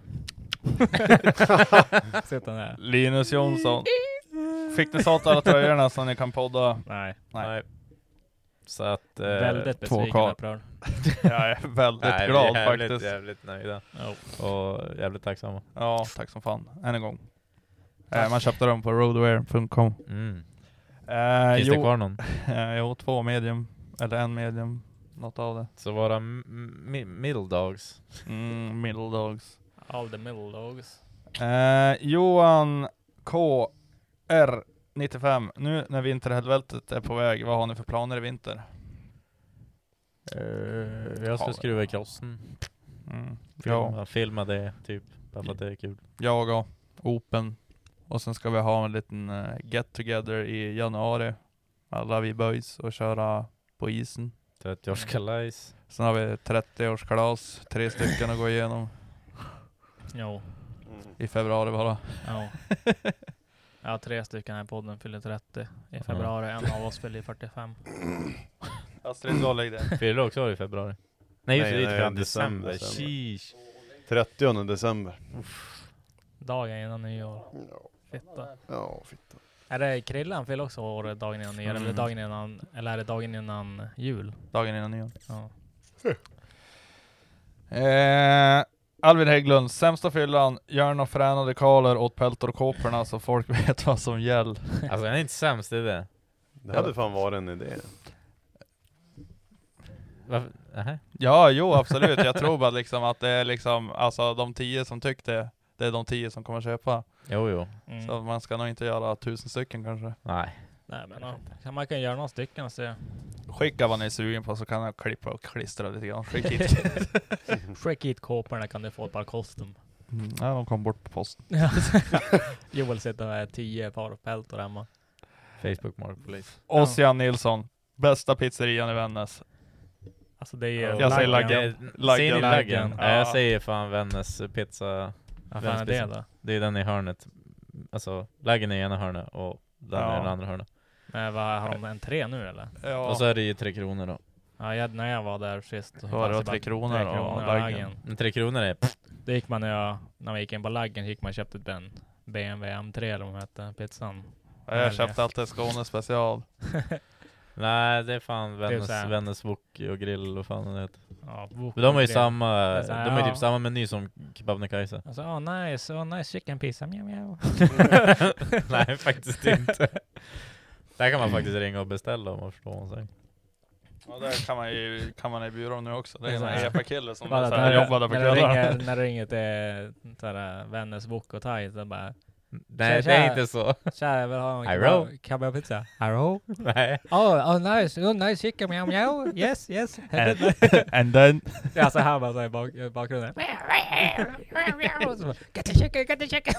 Sitter där. Linus Jonsson. Fick ni sålt alla tröjorna så ni kan podda? Nej. Nej. Nej. Så att... Eh, Väldigt besviken upprörd. Jag är väldigt Nej, glad vi är jävligt, faktiskt. jävligt nöjda. Oh. Och jävligt tacksamma. Ja, tack som fan. Än en gång. Eh, man köpte dem på roadwear punkt com. Mm. Eh, Finns jo, det kvar någon? Eh, jo, två medium. Eller en medium. Något av det. Så var det m- m- middle dogs. Mm, middle dogs. All the middle dogs. Eh, Johan K R nittiofem. Nu när vinterhelvetet är på väg, vad har ni för planer i vinter? Uh, jag ska Ja. skruva i krossen. Mm. Filma, Ja, filma det typ. Bara för att det är kul. jag och Open. Och sen ska vi ha en liten uh, get together i januari. Alla vi boys och köra på isen. trettioårskalas. Sen har vi trettioårskalas. Tre stycken att gå igenom Jo. i februari bara. Ja. Ja, tre stycken här i podden fyller trettio i februari. En av oss fyller fyrtiofem. Astrid, så lägg det. Fyller du också år i februari? Nej, just det, Nej, det är nej, fan december. december. Sheesh. trettionde december. Dagen innan nyår. Ja. Fitta. Ja, fitta. Är det Krillan fyller också år dagen innan nyår? Mm. Eller dagen innan, eller är det dagen innan jul? Dagen innan nyår. Ja. Eh, Alvin Hägglund, sämsta fyllan, gör några fräna dekaler åt peltorkåporna så folk vet vad som gäller. Alltså den är inte sämst, det är det. Det hade fan varit en idé. Varför? Nähä. Ja, jo absolut. Jag tror bara liksom att det är liksom, alltså de tio som tyckte, det är de tio som kommer köpa. Jo, jo. Mm. Så man ska nog inte göra tusen stycken kanske. Nej. Nej, men ja. Kan man kan göra några stycken och se. Skicka vad ni är sugen på så kan jag klippa och klistra lite grann. Skick hit. Skick hit kåporna, kan du få ett par kostym. Mm, ja, de kom bort på posten. Joel sitter med tio par peltor hemma. Facebook Marketplace. Ossian Nilsson, bästa pizzerian i Vännäs. Alltså det är Jag säger Laggen. Laggen. Säger ni Laggen? Laggen? Ja, jag säger fan Vännäs pizza. Vad fan är det då? Det är den i hörnet. Alltså, Laggen är i ena hörnet och den Ja. är i den andra hörnet. Men vad, har de en tre nu eller? Ja. Och så är det ju tre kronor då. Ja, jag, när jag var där sist. Så var det fanns tre bara kronor tre och kronor och laggen. laggen. Men tre kronor är... Det gick man när jag, när man gick in på laggen gick man och köpte en B M W M tre eller vad de hette, pizzan. Ja, jag köpte alltid Skåne special. Nej, det är fan Vännäs, såhär- Vännäs wok och grill och fan det heter. Ja, wok Men de har ju och grill. samma, Det är de såhär, har ju ja. typ samma meny som Kebabnekaise. Alltså, oh nice, oh nice chicken pizza, mjau mjau. Nej, faktiskt inte. Där kan man faktiskt ringa och beställa om man förstår vad man säger. Ja, där kan man ju kan man i byrån nu också. Det är en Så här- E P A-kille som Bara så när här du- jobbade på när du kvällarna. ringer, när du ringer till såhär, Vännäs wok och thai så bara... Nej, Tja, det är tja. inte så. Tja, jag vill ha en Hello. kebab, kebabpizza. Hello? Nej. Oh, oh nice, oh nice chicken, mjau mjau. Yes, yes. And, and then... Ja, så här bara så här i bak, i bakgrunden. Och så bara, get the chicken, get the chicken.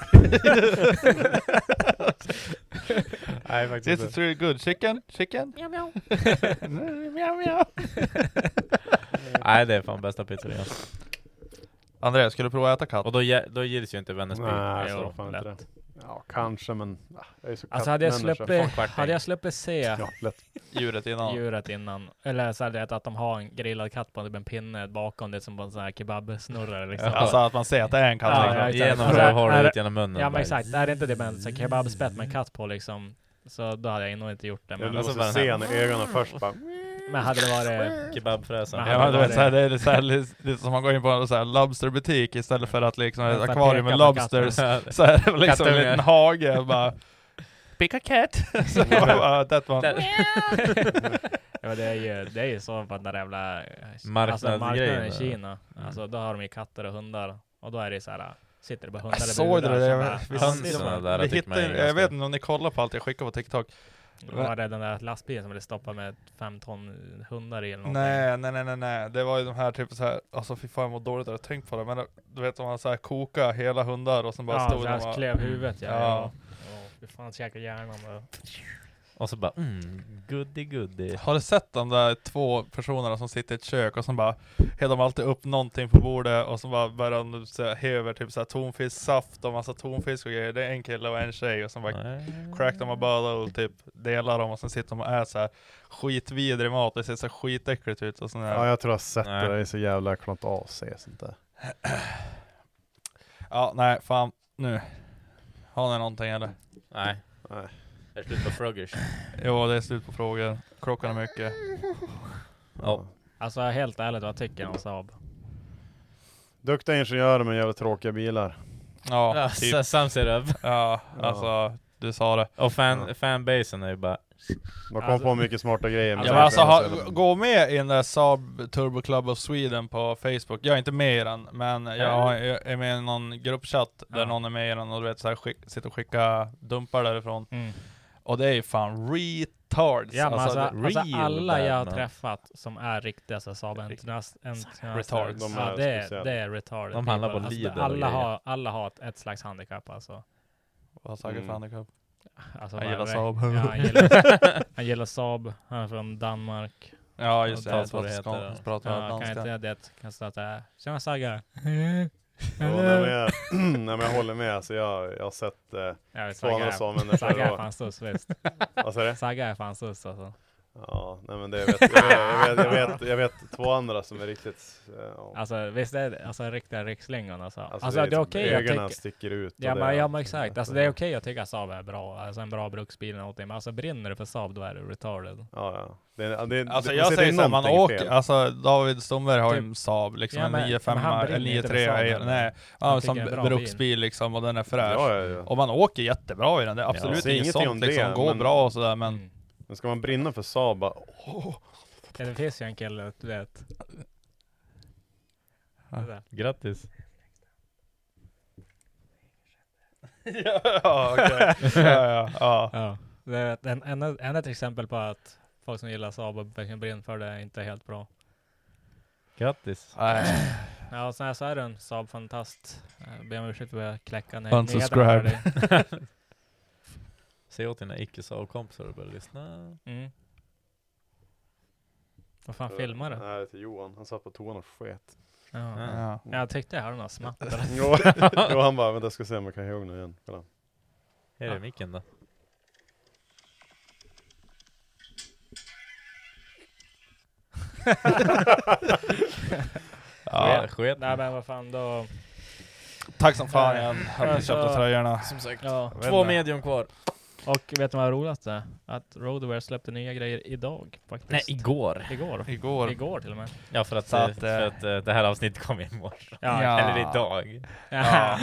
Nej, faktiskt This inte. is really good. Chicken? Chicken? Mjau mjau. Mjau, mjau. Nej, det är fan bästa pizzerian. Andreas, skulle du prova att äta katt? Och då, ge- då gills ju inte Vännäsby. Nej, Jo, så fan inte det. lätt. Ja, kanske, men ah, jag är så Alltså hade jag kattmänniska. sluppit, kvarting. hade jag sluppit se Ja, lätt. Djuret innan. djuret innan, eller så hade jag att de har en grillad katt på typ en pinne bakom det som på en sån här kebabsnurrare liksom. Ja. Alltså att man ser att det är en katt. Ja, liksom. ja, exakt. Genom Alltså, så har är- du ut genom munnen. Ja men bara. exakt, är det inte det med en sån här kebabspett med en katt på liksom, så då hade jag nog inte gjort det. Ja, Men, du alltså måste bara se den henne i ögonen först bara. men hade det varit... Kebabfräsen. Men Ja, hade men du det vet, så här, varit- det är så här, lite, lite som man går in på en så här lobsterbutik istället för att liksom ett För att akvarium peka med på lobsters. katten. Så är det liksom en Kattunge. liten hage och bara pick a cat. Så bara, that one. Ja, men det är ju, det är ju så på den där jävla alltså, Marknadsgrejen, marknaden i ja. Kina. Alltså då har de ju katter och hundar. Och då är det så här, sitter det bara hundar Jag i såg burar det som där. bara, Vi, ja, Hönsen där vi tycker man är hittade, jag ganska- vet inte om ni kollar på allt jag skickar på TikTok. Då var det den där lastbilen som ville stoppa med fem ton hundar i eller någonting. Nej, nej, nej, nej, nej. Det var ju de här typ så här, alltså fy fan vad dåligt jag hade tänkt på det. Men du vet om man så här koka hela hundar och sen bara Ja, stod så de här och... klev huvudet ja. Ja. Ja. Ja, fy fan käkar hjärnan då. Och så bara, mm, goody goody. Har du sett de där två personerna som sitter i ett kök och som bara häller de alltid upp någonting på bordet och så bara börjar de så här, häver typ så här tonfisksaft och massa tonfisk och grejer. Det är en kille och en tjej och så bara Nej. crack dem och bara och typ delar dem och sen sitter de och äter så här skitvidrig mat. Det ser så här skitäckligt ut och sån här. Ja, jag tror jag har sett Nej. det. Det är så jävla klart av sig sånt där. Ja, nej, fan. Nu. Har ni någonting eller? Nej. Nej. Det är slut på frågor. Jo, det är slut på frågor. Klockan är mycket. Ja. Alltså helt ärligt, vad tycker jag om Saab? Duktiga ingenjörer med jävla tråkiga bilar. Ja, Ja, typ. Sam ser upp. Ja, alltså du sa det. Och fan, fanbasen är ju bara... De kom Alltså- på mycket smarta grejer. Ja, men alltså, ha, gå med i den där Saab Turbo Club of Sweden på Facebook. Jag är inte med i den, men jag, har- jag är med i någon gruppchatt där Ja. någon är med i den och du vet så här, skick, sitter och skickar dumpar därifrån. Mm. Och det är fan retards. Ja, men alltså, det- alltså real alla jag har bad, man. träffat som är riktiga så Saab entusiast, Retards. De ja, är det, är, speciella. det är retarded. De handlar people. på alltså, Lidl och alla, grejer. har, alla har ett, ett slags handikapp alltså. Vad säkert Mm. för handikapp. alltså Han bara gillar det- Saab. Ja, han, gillar, han gillar Saab, han är från Danmark. Ja, just det. Och Jag talsvårigheter. pratar skånska, pratar Ja, kan danska. inte det, kan stå att det är tjena Saga. Ja, nej, men jag, nej, men jag håller med. Alltså, jag, jag har sett eh, Jag vet, två andra Saga, samer. Saga är fan sus visst. Vad säger du? Saga är fan sus alltså. Ja, nej men det jag vet, jag vet, jag vet, jag vet, jag vet två andra som är riktigt... eh, Ja. Alltså visst är det alltså riktiga rikslingon alltså. Alltså, Alltså, det är okej jag ögonen tycker. sticker ut. och Ja det- men, ja men exakt, alltså det är okej att tycka att Saab är bra, alltså en bra bruksbil eller någonting, men alltså brinner det för Saab då är det retarded. Ja, ja. Det, är- det, Alltså det, jag det säger såhär, man någonting åker, fel. alltså David Stomberg har ju Typ. en Saab liksom, Ja, en men- nio men fem han eller brinner nio inte för tre, Saab, nej, eller? nej, Han ja, tycker som det är en bra bruksbil liksom och den är fräsch. Ja, ja, ja. Och man åker jättebra i den, det är absolut säg inget ingenting sånt om liksom, det, går men- bra och sådär men Mm. Men ska man brinna för Saab bara, åh, Ja, det finns ju en kille, du vet. Ja. Det där. Grattis. ja, okej. ja, ja, ja. Ja. Det är ett, en, en, en ett exempel på att folk som gillar Saab och verkligen brinner för det är inte helt bra. Grattis. Nej. Ja, och sen så är det en Saab-fantast. Jag ber om ursäkt för att jag kläckar ner Unsubscribe. nyheterna för dig. Se åt dina icke-Saab-kompisar och börja lyssna. Mm. Vad fan filmar du? Nej, det är till Johan. Han satt på toan och sket. Ja. Ja. Jag tyckte jag hörde något smatt. jo, jo, han bara, vänta jag ska se om jag kan ihåg nu igen. Kolla. Här är micken då. Ja. Sket. Nej men vad fan då. Tack som fan igen. Har ni Alltså, köpt tröjorna? Som sagt, Ja. två medium kvar. Och vet du vad roligt är? Att Roadwear släppte nya grejer idag faktiskt. Nej, igår. Igår. Igår. Igår till och med. Ja, för att, Så att, för att uh, det här avsnittet kom i morse. Ja. Ja. Eller idag. Ja.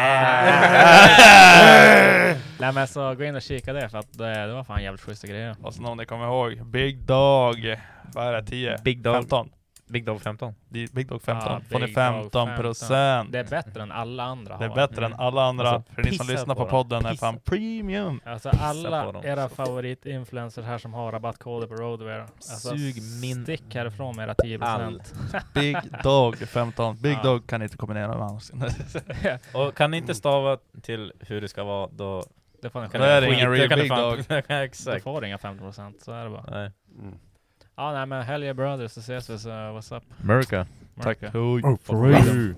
Nej men så gå in och kika det för att det, det var fan jävligt schyssta grejer. Och så om ni kommer ihåg, Big Dog. Vad är det? tio? Big Dog. femton. Big Dog femton. Big Dog femton. Ja, Får ni Big Dog femton procent. Det är bättre än alla andra Det är har. bättre än alla andra. Alltså, för ni som pissa lyssnar på på podden dem. är Pissa. fan premium. Alltså Pissa på alla dem. era favoritinfluencers här som har rabattkoder på Roadwear. Alltså Sug min stick härifrån med era tio procent. Big Dog femton. Big Ja. Dog kan ni inte kombinera med annars. Och kan ni inte stava till hur det ska vara, då Det får ni Då är det skita. ingen Skit, real kan Big du fan- Dog. Du Exakt. får inga femton procent, så är det bara. Nej. Mm. Ja nej men Hell yeah Brothers, så ses vi så what's up. America. Tack. America. Oh, for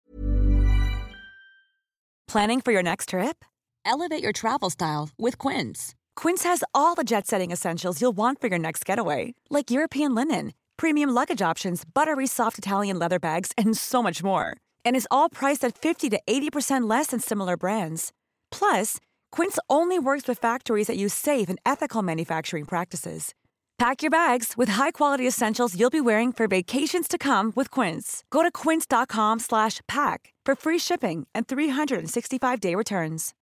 Planning for your next trip? Elevate your travel style with Quince. Quince has all the jet-setting essentials you'll want for your next getaway, like European linen, premium luggage options, buttery soft Italian leather bags, and so much more. And is all priced at fifty to eighty percent less than similar brands. Plus, Quince only works with factories that use safe and ethical manufacturing practices. Pack your bags with high-quality essentials you'll be wearing for vacations to come with Quince. Go to quince dot com slash pack for free shipping and three hundred sixty-five day returns.